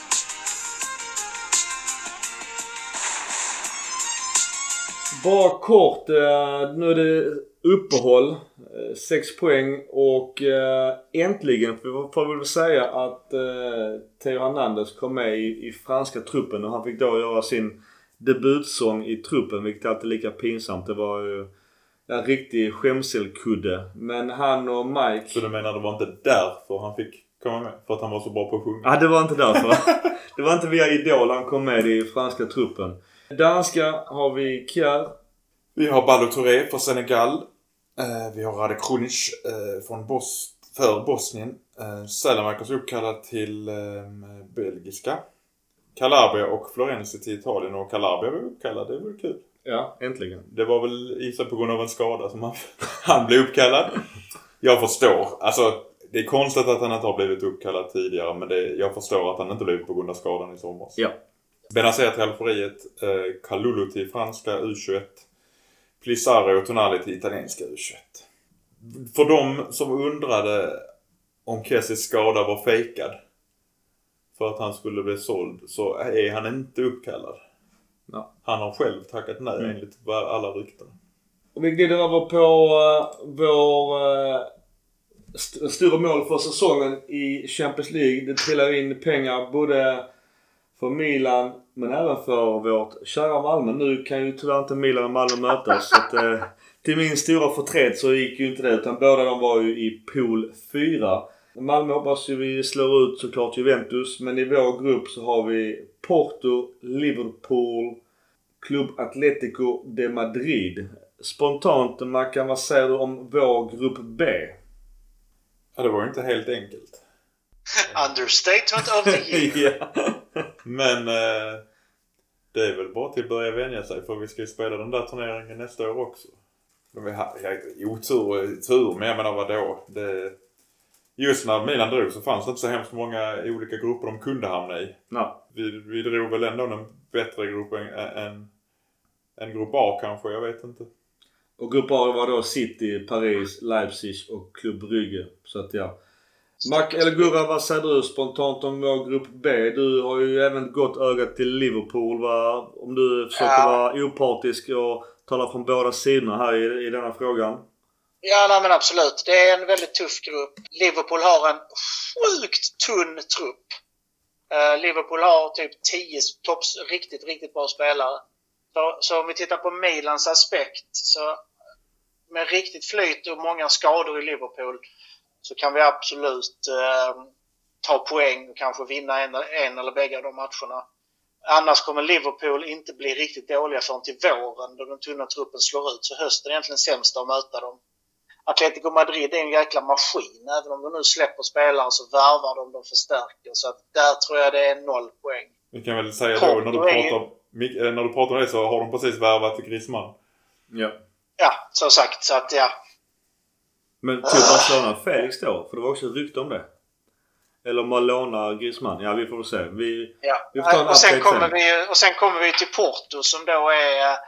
Bara kort, nu är det uppehåll, sex poäng och äntligen får vi väl säga att Theo Hernandez kom med i, i franska truppen och han fick då göra sin debutsång i truppen, vilket är alltid lika pinsamt. Det var ju en riktig skämselkudde, men han och Mike... Så du menar det var inte därför han fick komma med? För att han var så bra på att sjunga? Ja, det var inte därför. Det var inte via Idol han kom med i franska truppen. Danska har vi Kjær. Vi har Ballo Touré från Senegal. Eh, vi har Radek Krunic eh, från Bos- för Bosnien. Eh, Salamakers uppkallad till eh, belgiska. Calabria och Florenzi till Italien. Och Calabria var uppkallad, det var kul. Ja, äntligen. Det var väl i sig på grund av en skada som han, han blev uppkallad. Jag förstår. Alltså, det är konstigt att han inte har blivit uppkallad tidigare. Men det, jag förstår att han inte blev på grund av skadan i somras. Ja. Benazer till Alforiet, eh, Kalulu till franska U tjugoett, Plisarro och Tonali till italienska U tjugoett. För de som undrade om Kessis skada var fejkad för att han skulle bli såld så är han inte uppkallad. Ja. Han har själv tackat nej mm. enligt alla rykten. Och vi glider över på uh, vår uh, st- stora mål för säsongen i Champions League. Det trillar in pengar både för Milan men även för vårt kära Malmö. Nu kan ju tyvärr inte Milan och Malmö mötas. Så att, eh, till min stora förtret så gick ju inte det. Utan båda de var ju i pool fyra. Malmö hoppas ju vi slår ut såklart Juventus. Men i vår grupp så har vi Porto, Liverpool, Club Atlético de Madrid. Spontant, Mackan, vad säger du om vår grupp B? Ja, det var ju inte helt enkelt. Understatement of the year. Ja. Men eh, det är väl bara till att börja vänja sig för vi ska ju spela den där turneringen nästa år också. De är ja, otur, tur, men jag menar vadå? Det, just när Milan drog så fanns det inte så hemskt många olika grupper de kunde hamna i. Nej. Vi, vi drog väl ändå en bättre grupp än, än, än grupp A kanske, jag vet inte. Och grupp A var då City, Paris, Leipzig och Club Brugge. Så att ja. Mac eller Gurra, vad säger du spontant om vår grupp B? Du har ju även gått ögat till Liverpool, va? Om du försöker ja. vara opartisk och tala från båda sidorna här i, i denna frågan. Ja, nej, men absolut. Det är en väldigt tuff grupp. Liverpool har en sjukt tunn trupp. Uh, Liverpool har typ tio topps, riktigt, riktigt bra spelare. Så, så om vi tittar på Milans aspekt så med riktigt flyt och många skador i Liverpool så kan vi absolut eh, ta poäng och kanske vinna en, en eller bägge av de matcherna. Annars kommer Liverpool inte bli riktigt dåliga förrän till våren då den tunna truppen slår ut. Så hösten är egentligen sämst att möta dem. Atletico Madrid är en jäkla maskin. Även om de nu släpper spelare så värvar de, de förstärker. Så att där tror jag det är noll poäng. Vi kan väl säga då när du pratar, när du pratar om det så har de precis värvat till Griezmann. Ja. Ja, så sagt. Så att ja. Men typ Barcelona Felix då? För det var också rykte om det. Eller om man lånar Griezmann. Ja, vi får se. Vi, ja. vi får ta en och, sen kommer sen. vi, och sen kommer vi till Porto som då är...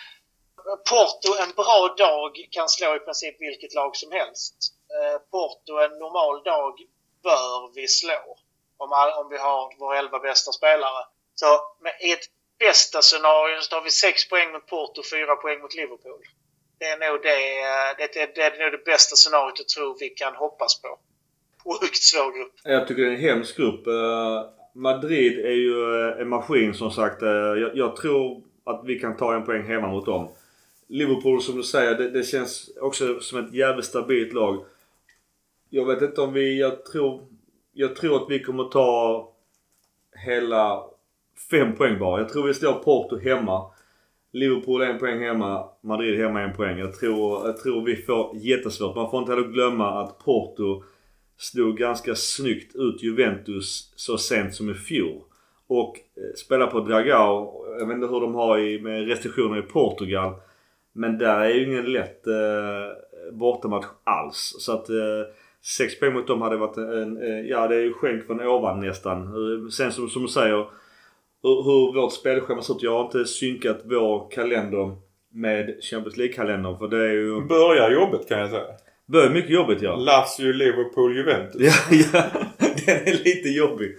Porto en bra dag kan slå i princip vilket lag som helst. Porto en normal dag bör vi slå. Om, all, om vi har våra elva bästa spelare. Så med ett bästa scenario så tar vi sex poäng mot Porto och fyra poäng mot Liverpool. Det är nog det, det, det, det, är nog det bästa scenariot jag tror vi kan hoppas på. Sjukt svår grupp. Jag tycker det är en hemsk grupp. Madrid är ju en maskin som sagt. Jag, jag tror att vi kan ta en poäng hemma mot dem. Liverpool som du säger, det, det känns också som ett jävligt stabilt lag. Jag vet inte om vi, jag tror, jag tror att vi kommer ta hela fem poäng bara. Jag tror vi slår Porto hemma. Liverpool en poäng hemma, Madrid hemma en poäng. Jag tror, jag tror vi får jättesvårt. Man får inte heller glömma att Porto slog ganska snyggt ut Juventus så sent som i fjol. Och eh, spelar på Dragao. Jag vet inte hur de har i, med restriktioner i Portugal. Men där är ju ingen lätt eh, bortamatch alls. Så att eh, sex poäng mot dem hade varit en, eh, ja det är ju skänk från ovan nästan. Eh, sen som, som du säger, hur, hur vårt spelschema ser ut. Jag har inte synkat vår kalender med Champions League-kalendern. För det är ju... Börjar jobbet kan jag säga. Börjar mycket jobbigt, ja. Lazio, Liverpool, Juventus. Ja, ja. Den är lite jobbig.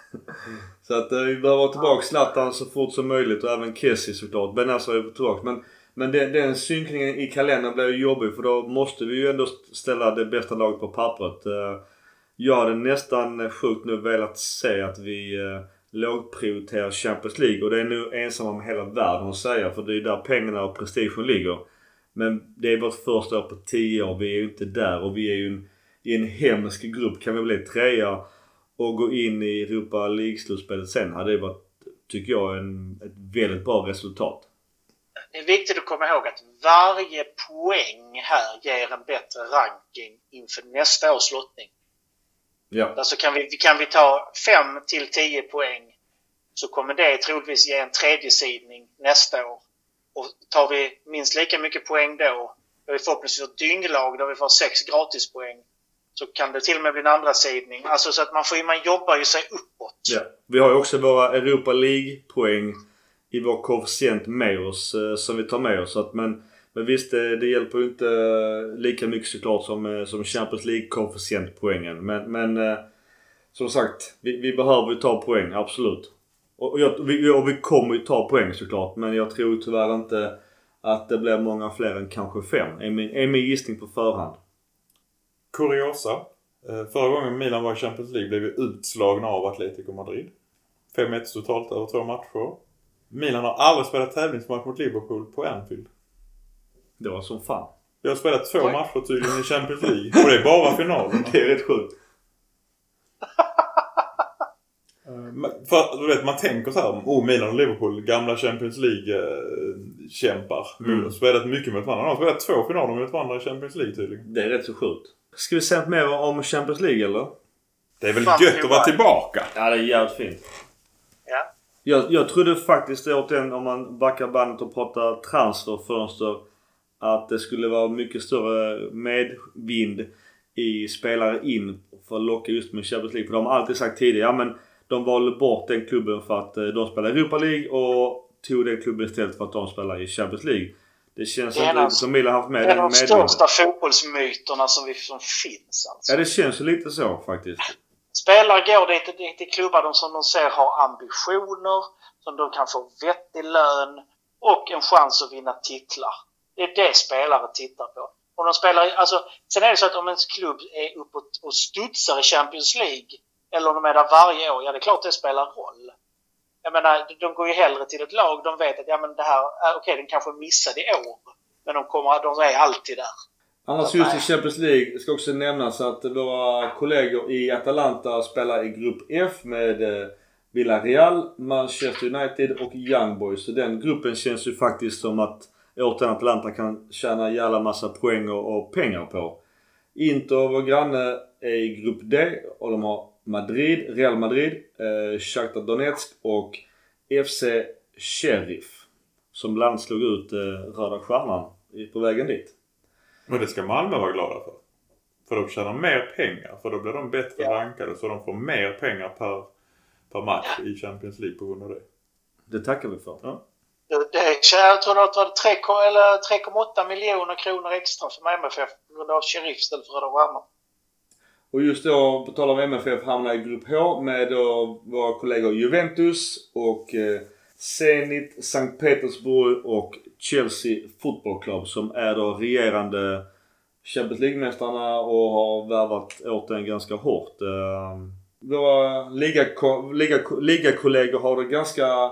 Så att eh, vi behöver vara tillbaka Zlatan så fort som möjligt. Och även Kessie såklart. Benassa är tillbaka. Men, men den, den synkningen i kalendern blir ju jobbig. För då måste vi ju ändå ställa det bästa laget på pappret. Eh, jag hade nästan sjukt nu velat se att vi eh, lågprioriterar Champions League. Och det är nu ensamma med hela världen att säga. För det är där pengarna och prestigen ligger. Men det är vårt första år på tio år. Vi är ju inte där. Och vi är ju en, i en hemsk grupp. Kan vi bli trea och gå in i Europa League-slutspelet sen. Hade det varit, tycker jag, en, ett väldigt bra resultat. Det är viktigt att komma ihåg att varje poäng här ger en bättre ranking inför nästa års lottning. Ja. Alltså kan vi, kan vi ta fem till tio poäng så kommer det troligtvis ge en tredje sidning nästa år. Och tar vi minst lika mycket poäng då, då vi förhoppningsvis ett dynglag där vi får sex gratispoäng, så kan det till och med bli en andra sidning. Alltså så att man får man jobbar ju sig uppåt. Ja. Vi har ju också våra Europa League-poäng i vår koefficient med oss eh, som vi tar med oss. Så att, men, men visst, det, det hjälper ju inte eh, lika mycket såklart som, som Champions League-koefficientpoängen. Men, men eh, som sagt, vi, vi behöver ju ta poäng, absolut. Och, och, jag, vi, och vi kommer ju ta poäng såklart. Men jag tror tyvärr inte att det blir många fler än kanske fem. Är min, är min gissning på förhand. Kuriosa. Förra gången Milan var i Champions League blev vi utslagna av Atletico Madrid. fem ett totalt över två matcher. Milan har aldrig spelat tävlingsmatch mot Liverpool på Anfield. Det var som fan. Vi har spelat två Oj. matcher tydligen i Champions League. Och det är bara finalen. Det är rätt sjukt. För du vet, man tänker så här, oh, Milan och Liverpool, gamla Champions League-kämpar. Mm. De har spelat mycket mot varandra. De har spelat två finaler mot varandra i Champions League tydligen. Det är rätt så sjukt. Ska vi säga mer om Champions League eller? Det är väl Fan, gött att vara tillbaka. Ja, det är jävligt fint. Ja. Jag, jag trodde faktiskt åt den, om man backar bandet och pratar transferfönster, att det skulle vara mycket större medvind i spelare in för att locka just med Champions League. För de har alltid sagt tidigare, ja men de valde bort den klubben för att de spelar Europa League och tog den klubben istället för att de spelar i Champions League. Det känns inte riktigt som Milan haft med den medvinden. Det är de största fotbollsmyterna som, vi, som finns alltså. Ja, det känns ju lite så faktiskt. Spelare går dit, dit till klubbar de som de ser har ambitioner, som de kan få vettig lön och en chans att vinna titlar. Det är det spelare tittar på. Och de spelar, alltså, sen är det så att om en klubb är uppåt och studsar i Champions League eller om de är där varje år, ja det är klart det spelar roll. Jag menar, de går ju hellre till ett lag, de vet att ja men det här, okej okay, den kanske missade i år, men de kommer, de är alltid där. Annars just i Champions League ska också nämnas att våra kollegor i Atalanta spelar i grupp F med Villarreal, Manchester United och Young Boys. Så den gruppen känns ju faktiskt som att återigen Atalanta kan tjäna jävla massa poäng och pengar på. Inter, vår granne, är i grupp D och de har Madrid, Real Madrid, eh, Shakhtar Donetsk och F C Sheriff som bland annat slog ut eh, Röda Stjärnan på vägen dit. Men det ska Malmö vara glada för. För de tjänar mer pengar. För då blir de bättre Ja. rankade. Så de får mer pengar per, per match i Champions League på grund av det. Det tackar vi för. Ja. Det, det, jag tror att det var tre komma åtta miljoner kronor extra för M F F på grund av Sheriff istället för Röda Stjärnan. Och just då, på tal om M F F, hamnar i grupp H med då våra kollegor Juventus och eh, Zenit, Sankt Petersburg och Chelsea Football Club som är då regerande Champions League-mästarna och har värvat åt den ganska hårt. Eh, våra ligakollegor liga, liga har det ganska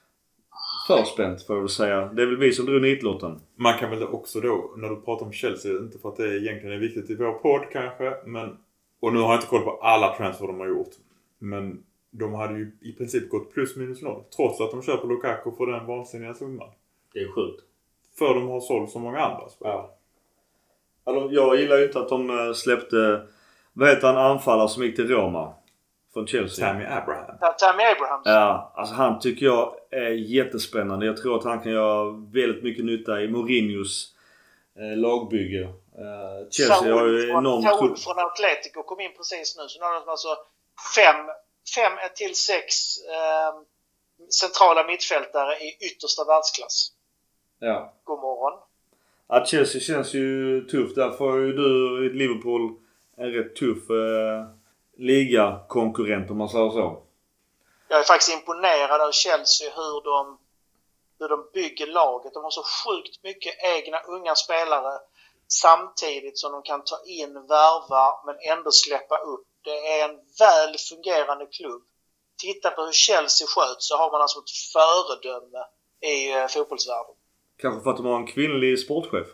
förspänt, får jag säga. Det är väl vi som drog nitlotten. Man kan väl också då, när du pratar om Chelsea, inte för att det egentligen är viktigt i vår podd kanske, men, och nu har jag inte koll på alla transfer de har gjort, men de hade ju i princip gått plus minus noll, trots att de köper Lukaku för den vansinniga summan. Det är sjukt. För de har sålt så många andra. Ja. Alltså, jag gillar ju inte att de släppte, vad heter han, anfallare som gick till Roma från Chelsea? Tammy Abraham. Ja, Tammy Abraham. Ja, alltså han tycker jag är jättespännande. Jag tror att han kan göra väldigt mycket nytta i Mourinhos eh, lagbygge. Eh, Chelsea har ju enormt... Saul från Atletico kom in precis nu. Så nu har de alltså fem, fem till sex eh, centrala mittfältare i yttersta världsklass. Ja. God morgon. Ja, Chelsea känns ju tufft. Där får ju du i Liverpool en rätt tuff eh, ligakonkurrent om man säger så. Jag är faktiskt imponerad av Chelsea hur de, hur de bygger laget. De har så sjukt mycket egna unga spelare samtidigt som de kan ta in, värva men ändå släppa upp. Det är en väl fungerande klubb. Titta på hur Chelsea sköts så har man alltså ett föredöme i eh, fotbollsvärlden. Kanske för att de har en kvinnlig sportchef.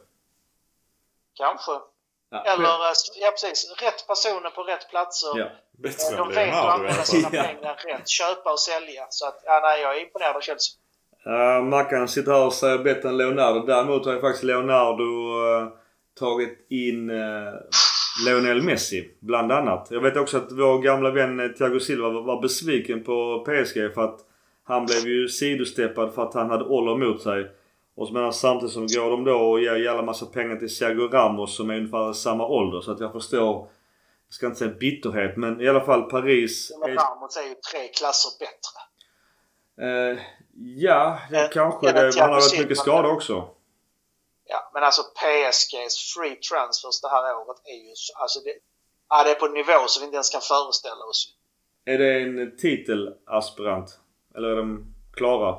Kanske. Ja, Eller, ja precis, rätt personer på rätt platser. Ja. Bättre De än vet att Leonardo. använda sina Ja. pengar rätt. Köpa och sälja. Så att, ja, nej, jag är imponerad av Chelsea. Uh, Mackan sitter här och säger bättre än Leonardo. Däremot har ju faktiskt Leonardo uh, tagit in uh, Lionel Messi bland annat. Jag vet också att vår gamla vän Thiago Silva var, var besviken på P S G för att han blev ju sidosteppad för att han hade Oller mot sig. Och så menar samtidigt som går de då och ger jävla massa pengar till Sergio Ramos som är ungefär samma ålder. Så att jag förstår, jag ska inte säga bitterhet, men i alla fall Paris... Men Ramos är ju tre klasser bättre. Uh, ja, det Eh, kanske ja, det. Thiago Han har varit Silva- mycket skada också. Ja, men alltså P S G's free transfers det här året är ju... Alltså det, ja, det är på en nivå som vi inte ens kan föreställa oss. Är det en titelaspirant? Eller är de klara?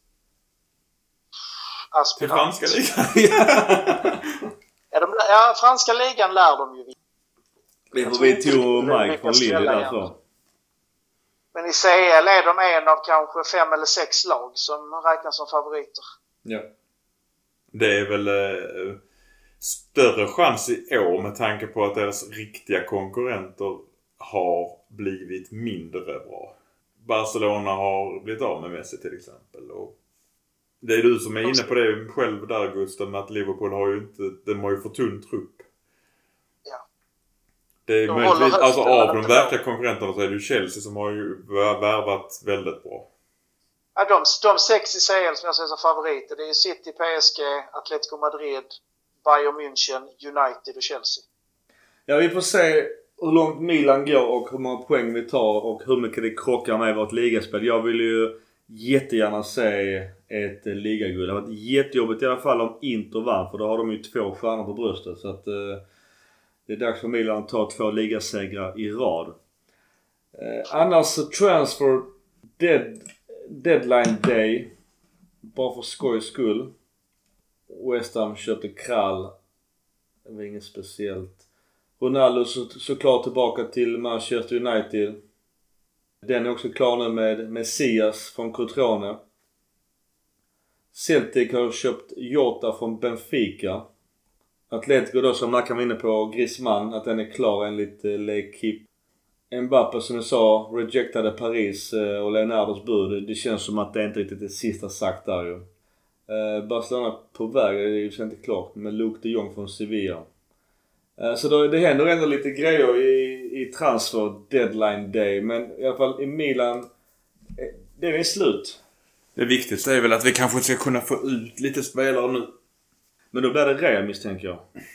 Till Aspirant. franska ligan. Ja, de, ja, franska ligan lär de ju. Det Jag får tror vi inte tog det är Mike mycket från att Lille ställa därför. igen. Men i C L är de en av kanske fem eller sex lag som räknas som favoriter. Ja. Det är väl eh, större chans i år med tanke på att deras riktiga konkurrenter har blivit mindre bra. Barcelona har blivit av med Messi till exempel. Och det är du som är inne på det själv där, Gustav, med att Liverpool har ju inte, de har ju för tunn trupp. Ja. Det är De möjligtvis, håller alltså hösten, av men de inte verkliga konkurrenterna så är det ju Chelsea som har ju värvat väldigt bra. Ja, de, de sex i C L som jag ser som favoriter det är City, P S G, Atletico Madrid, Bayern München, United och Chelsea. Ja, vi får se hur långt Milan går och hur många poäng vi tar och hur mycket det krockar med vårt ligaspel. Jag vill ju jättegärna se ett ligaguld. Det har varit jättejobbigt i alla fall om Inter vann, för då har de ju två stjärnor på bröstet. Så att eh, det är dags för Milan att ta två ligasegrar i rad. Eh, annars transfer dead, deadline day. Bara för skojs skull. West Ham köpte Krall. Det var inget speciellt. Ronaldo så, såklart tillbaka till Manchester United. Den är också klar nu med Messias från Crotone. Celtic har köpt Jota från Benfica. Atletico då, som man kan vara inne på, Griezmann, att den är klar enligt eh, L'Equipe. Mbappe som jag sa rejectade Paris eh, och Leonardos bud. Det känns som att det inte riktigt är sista sagt där ju. Eh, Barcelona på väg, det är ju inte klart, med Luke de Jong från Sevilla. Eh, så då, det händer ändå lite grejer i, i transfer deadline day, men i alla fall i Milan, eh, det är slut. Det viktigaste är väl att vi kanske ska kunna få ut lite spelare nu. Men då blir det rea, misstänker jag.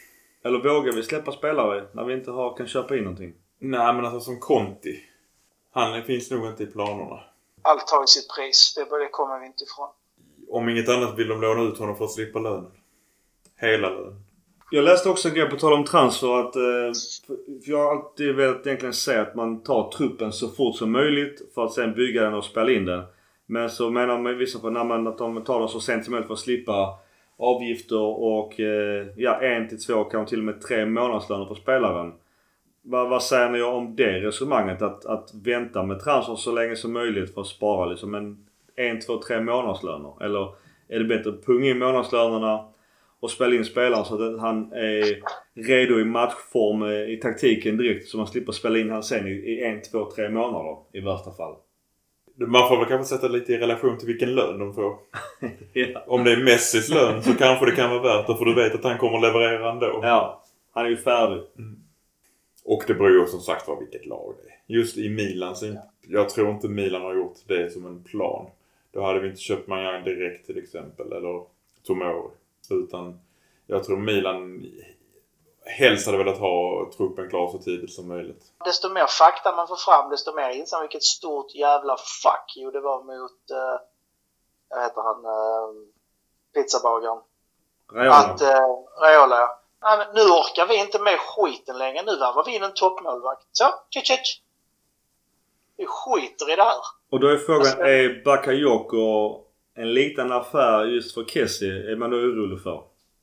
Eller vågar vi släppa spelare när vi inte har, kan köpa in någonting? Nej, men alltså som Conti. Han finns nog inte i planerna. Allt har ju sitt pris. Det, det kommer vi inte ifrån. Om inget annat vill de låna ut honom för att slippa lönen. Hela lönen. Jag läste också en grej på tal om transfer att eh, för jag har alltid velat egentligen säga att man tar truppen så fort som möjligt för att sen bygga den och spela in den. Men så menar man vissa på när man att de tar den så sent som möjligt för att slippa avgifter och eh, ja, en till två kanske till och med tre månadslöner på spelaren. Vad, vad säger ni om det resonemanget? Att, att vänta med transfer så länge som möjligt för att spara liksom en, en två, tre månadslöner? Eller är det bättre att punga in månadslönerna och spela in spelaren så att han är redo i matchform i taktiken direkt så man slipper spela in han sen i, i en, två, tre månader i värsta fall? Man får väl kanske sätta lite i relation till vilken lön de får. Ja. Om det är Messis lön så kanske det kan vara värt det för du vet att han kommer leverera ändå. Ja, han är ju färdig. Mm. Och det beror ju som sagt var vilket lag det är. Just i Milan så jag tror inte Milan har gjort det som en plan. Då hade vi inte köpt Magnan direkt till exempel eller Tomori. Utan jag tror Milan helst hade velat ha truppen klar så tidigt som möjligt. Desto mer fakta man får fram, desto mer inser vilket stort jävla fuck ju det var mot, eh, vad heter han, eh, pizzabagaren. Raiola. Att, eh, Raiola. Nej, men nu orkar vi inte med skiten längre. Nu var vi in en toppmålvakt. Så, tjej, tjej. Vi skiter i det här. Och då är frågan, alltså, är Bakayoko en liten affär just för Kessie? Är man då orolig för?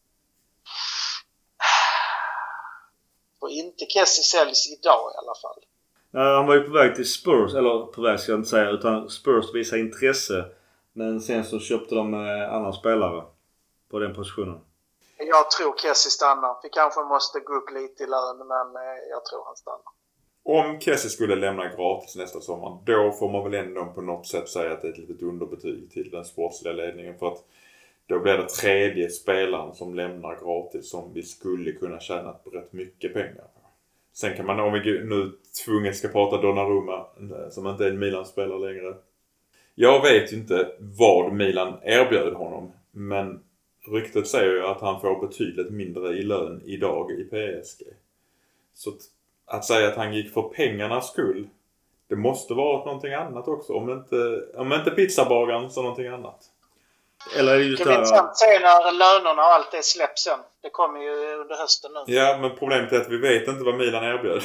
Och inte Kessie säljs idag i alla fall. Ja, han var ju på väg till Spurs, eller på väg ska jag inte säga, utan Spurs visade intresse. Men sen så köpte de eh, andra spelare på den positionen. Jag tror Kessie stannar. Vi kanske måste gå upp lite i lön, men eh, jag tror han stannar. Om Kessie skulle lämna gratis nästa sommar, då får man väl ändå på något sätt säga att det är ett litet underbetyg till den sportsliga ledningen. För att då blir det tredje spelaren som lämnar gratis som vi skulle kunna tjäna rätt mycket pengar på. Sen kan man, om vi nu tvunget ska prata Donnarumma, som inte är en Milan-spelare längre. Jag vet ju inte vad Milan erbjöd honom, men ryktet säger ju att han får betydligt mindre i lön idag i P S G. Så att, att säga att han gick för pengarnas skull, det måste vara någonting annat också. Om inte, om inte pizzabagaren så någonting annat. Eller är det just kan vi där... inte se när lönerna och allt det släpps sen? Det kommer ju under hösten nu. Ja, men problemet är att vi vet inte vad Milan erbjöd.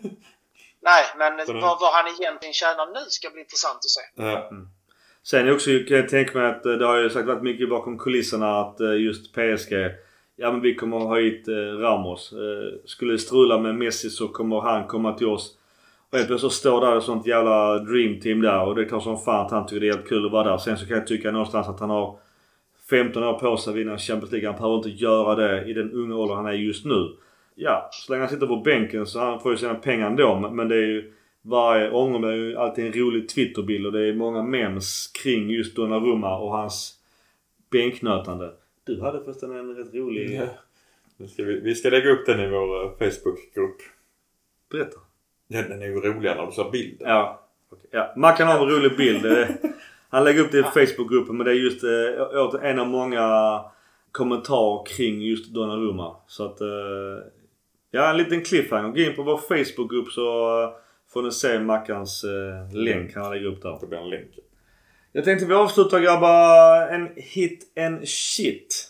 Nej, men nu... vad, vad han egentligen tjänar nu ska bli intressant att se. Ja. Mm. Sen också kan jag tänka mig att det har ju sagt varit mycket bakom kulisserna att just P S G, ja men vi kommer att ha hit Ramos. Skulle det strula med Messi så kommer han komma till oss. Och helt plötsligt så står där ett sånt jävla dream team där och det är klart som fan att han tycker det är helt kul att vara där. Sen så kan jag tycka någonstans att han har femton år på sig att vinna Champions League. Han behöver inte göra det i den unga åldern han är just nu. Ja, så länge han sitter på bänken så han får ju sina pengar ändå. Men det är ju varje ångom är ju alltid en rolig Twitterbild och det är många memes kring just Donnarumma och hans bänknötande. Du hade förresten en rätt rolig... Ja. Nu ska vi, vi ska lägga upp den i vår Facebook-grupp. Berätta. Ja, den är ju roligare när du ser bilden. Ja, okay. Ja, man kan ha en rolig bild. Han lägger upp det i Facebook-gruppen men det är just äh, en av många kommentarer kring just Donnarumma. Så att, äh, ja, en liten cliffhanger. Gå in på vår Facebook-grupp så äh, får ni se Mackans äh, länk han lägger upp där. Det blir en länk. Jag tänkte vi avslutar grabbar en hit and shit.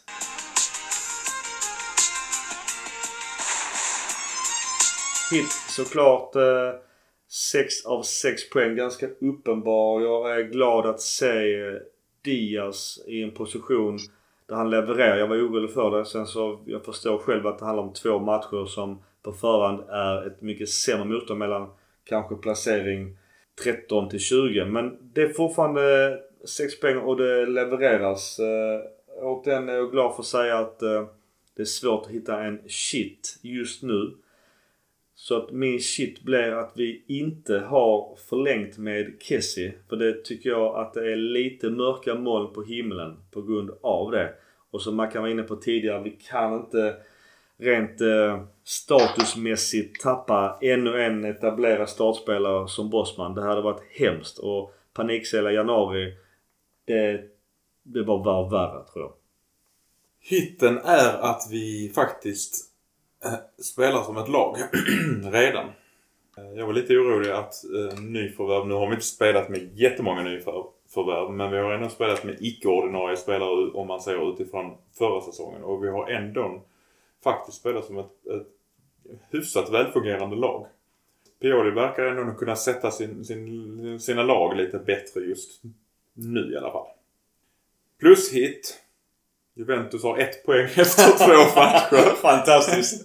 Hit såklart eh, sex av sex poäng. Ganska uppenbar. Jag är glad att se eh, Diaz i en position där han levererar. Jag var orolig för det. Sen så jag förstår själv att det handlar om två matcher som på förhand är ett mycket sämre motstånd mellan kanske placering tretton till tjugo. Men det är fortfarande sex poäng och det levereras. Eh, återigen är jag glad för att säga att eh, det är svårt att hitta en shit just nu. Så att min shit blir att vi inte har förlängt med Kessie. För det tycker jag att det är lite mörka moln på himlen på grund av det. Och som man kan vara inne på tidigare, vi kan inte rent eh, statusmässigt tappa ännu en etablerad startspelare som Bosman. Det hade varit hemskt. Och paniksela januari, det, det var var värre tror jag. Hitten är att vi faktiskt spelar som ett lag redan. Jag var lite orolig att eh, nyförvärv, nu har vi inte spelat med jättemånga nyförvärv, men vi har ändå spelat med icke-ordinarie spelare om man ser utifrån förra säsongen. Och vi har ändå faktiskt spelat som ett, ett hyfsat välfungerande lag. Pioli verkar ändå kunna sätta sin, sin, sina lag lite bättre just nu i alla fall. Plus hit. Juventus har ett poäng efter två matcher. Fantastiskt.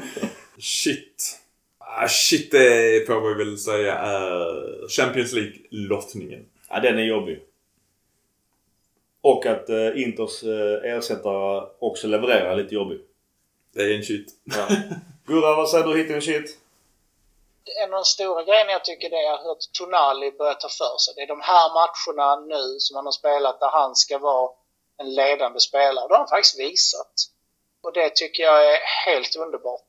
Shit. Ah, shit, det får vi väl säga är Champions League-lottningen. Ja, den är jobbig. Och att uh, Inters uh, ersättare också levererar lite jobbig. Det är en shit. Ja. Gurra, vad säger du hit en shit? En av de stora grejerna jag tycker det är att Tonali börjar ta för sig. Det är de här matcherna nu som han har spelat där han ska vara en ledande spelare. Det har han faktiskt visat. Och det tycker jag är helt underbart.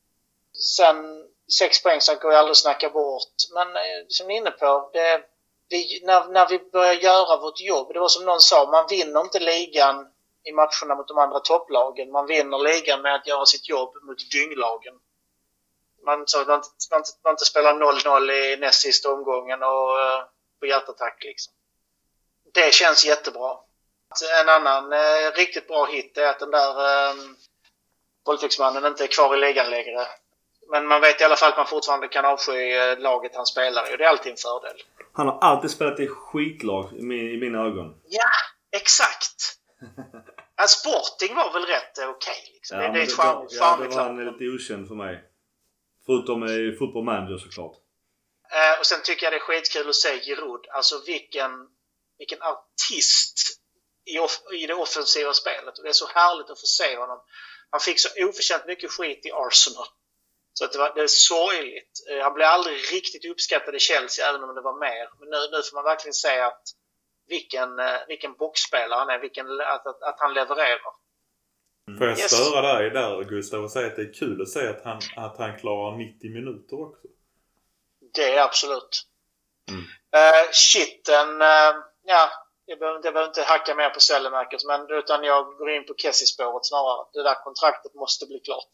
Sen sex poäng så går jag aldrig snacka bort. Men som ni är inne på, det, vi, när, när vi börjar göra vårt jobb, det var som någon sa, man vinner inte ligan i matcherna mot de andra topplagen. Man vinner ligan med att göra sitt jobb mot dynglagen. Man, så man, man, man inte spelar noll noll i näst sista omgången och uh, på hjärtattack liksom. Det känns jättebra. En annan uh, riktigt bra hit är att den där uh, våldtäktsmannen inte är kvar i ligan längre. Men man vet i alla fall att man fortfarande kan avsky uh, laget han spelar i och det är alltid en fördel. Han har alltid spelat i skitlag i, min, i mina ögon. Ja, exakt. En Sporting var väl rätt okej okay, liksom. Ja, det, det, är det, fan, ja, fan det var han lite okänd för mig. Förutom i Football Manager såklart. Uh, och sen tycker jag det är skitkul att se Giroud. Alltså vilken, vilken artist i, off, i det offensiva spelet. Och det är så härligt att få se honom. Han fick så oförtjänt mycket skit i Arsenal. Så att det, var, det är sorgligt. Uh, han blev aldrig riktigt uppskattad i Chelsea även om det var mer. Men nu, nu får man verkligen säga att vilken, uh, vilken boxspelare han är. Vilken, att, att, att han levererar. Mm. Får jag yes. störa dig där, Gustav, och säga att det är kul att se att han, att han klarar nittio minuter också? Det är absolut. Mm. Uh, shiten, uh, ja, jag behöver, jag behöver inte hacka mer på Sellemarkers, men utan jag går in på Kessie-spåret snarare. Det där kontraktet måste bli klart.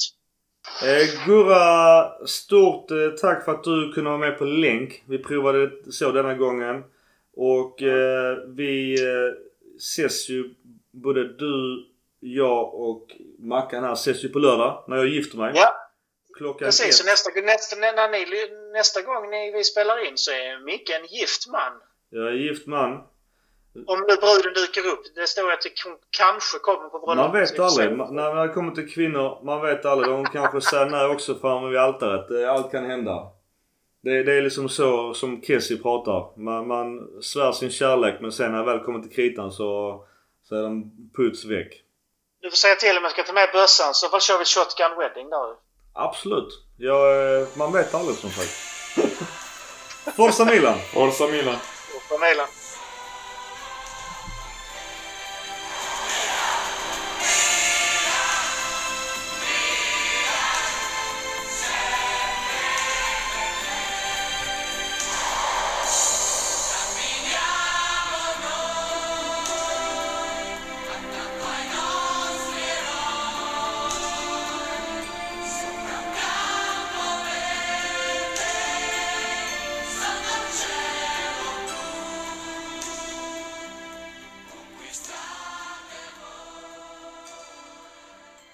Eh, Gurra, stort eh, tack för att du kunde vara med på länk. Vi provade så denna gången. Och eh, vi eh, ses ju, både du, jag och Mackan här ses ju på lördag när jag gifter mig. Ja, klockan precis. ett. Så nästa, nästa, när ni, nästa gång ni, vi spelar in så är Micke en gift man. Jag är gift man. Om nu bruden dyker upp. Det står att det kanske kommer på bröllop. Man vet aldrig. Man, när man kommer till kvinnor, man vet aldrig. De kanske säger nej också framme vid altaret. Allt kan hända. Det, det är liksom så som Kessie pratar. Man, man svär sin kärlek, men sen när jag väl kommer till kritan så, så är de puts väck. Du får säga till om jag ska ta med bössan, så fall kör vi shotgun wedding då. Absolut. Jag, man vet aldrig som sagt. Forza Milan. Forza Milan. Forza Milan.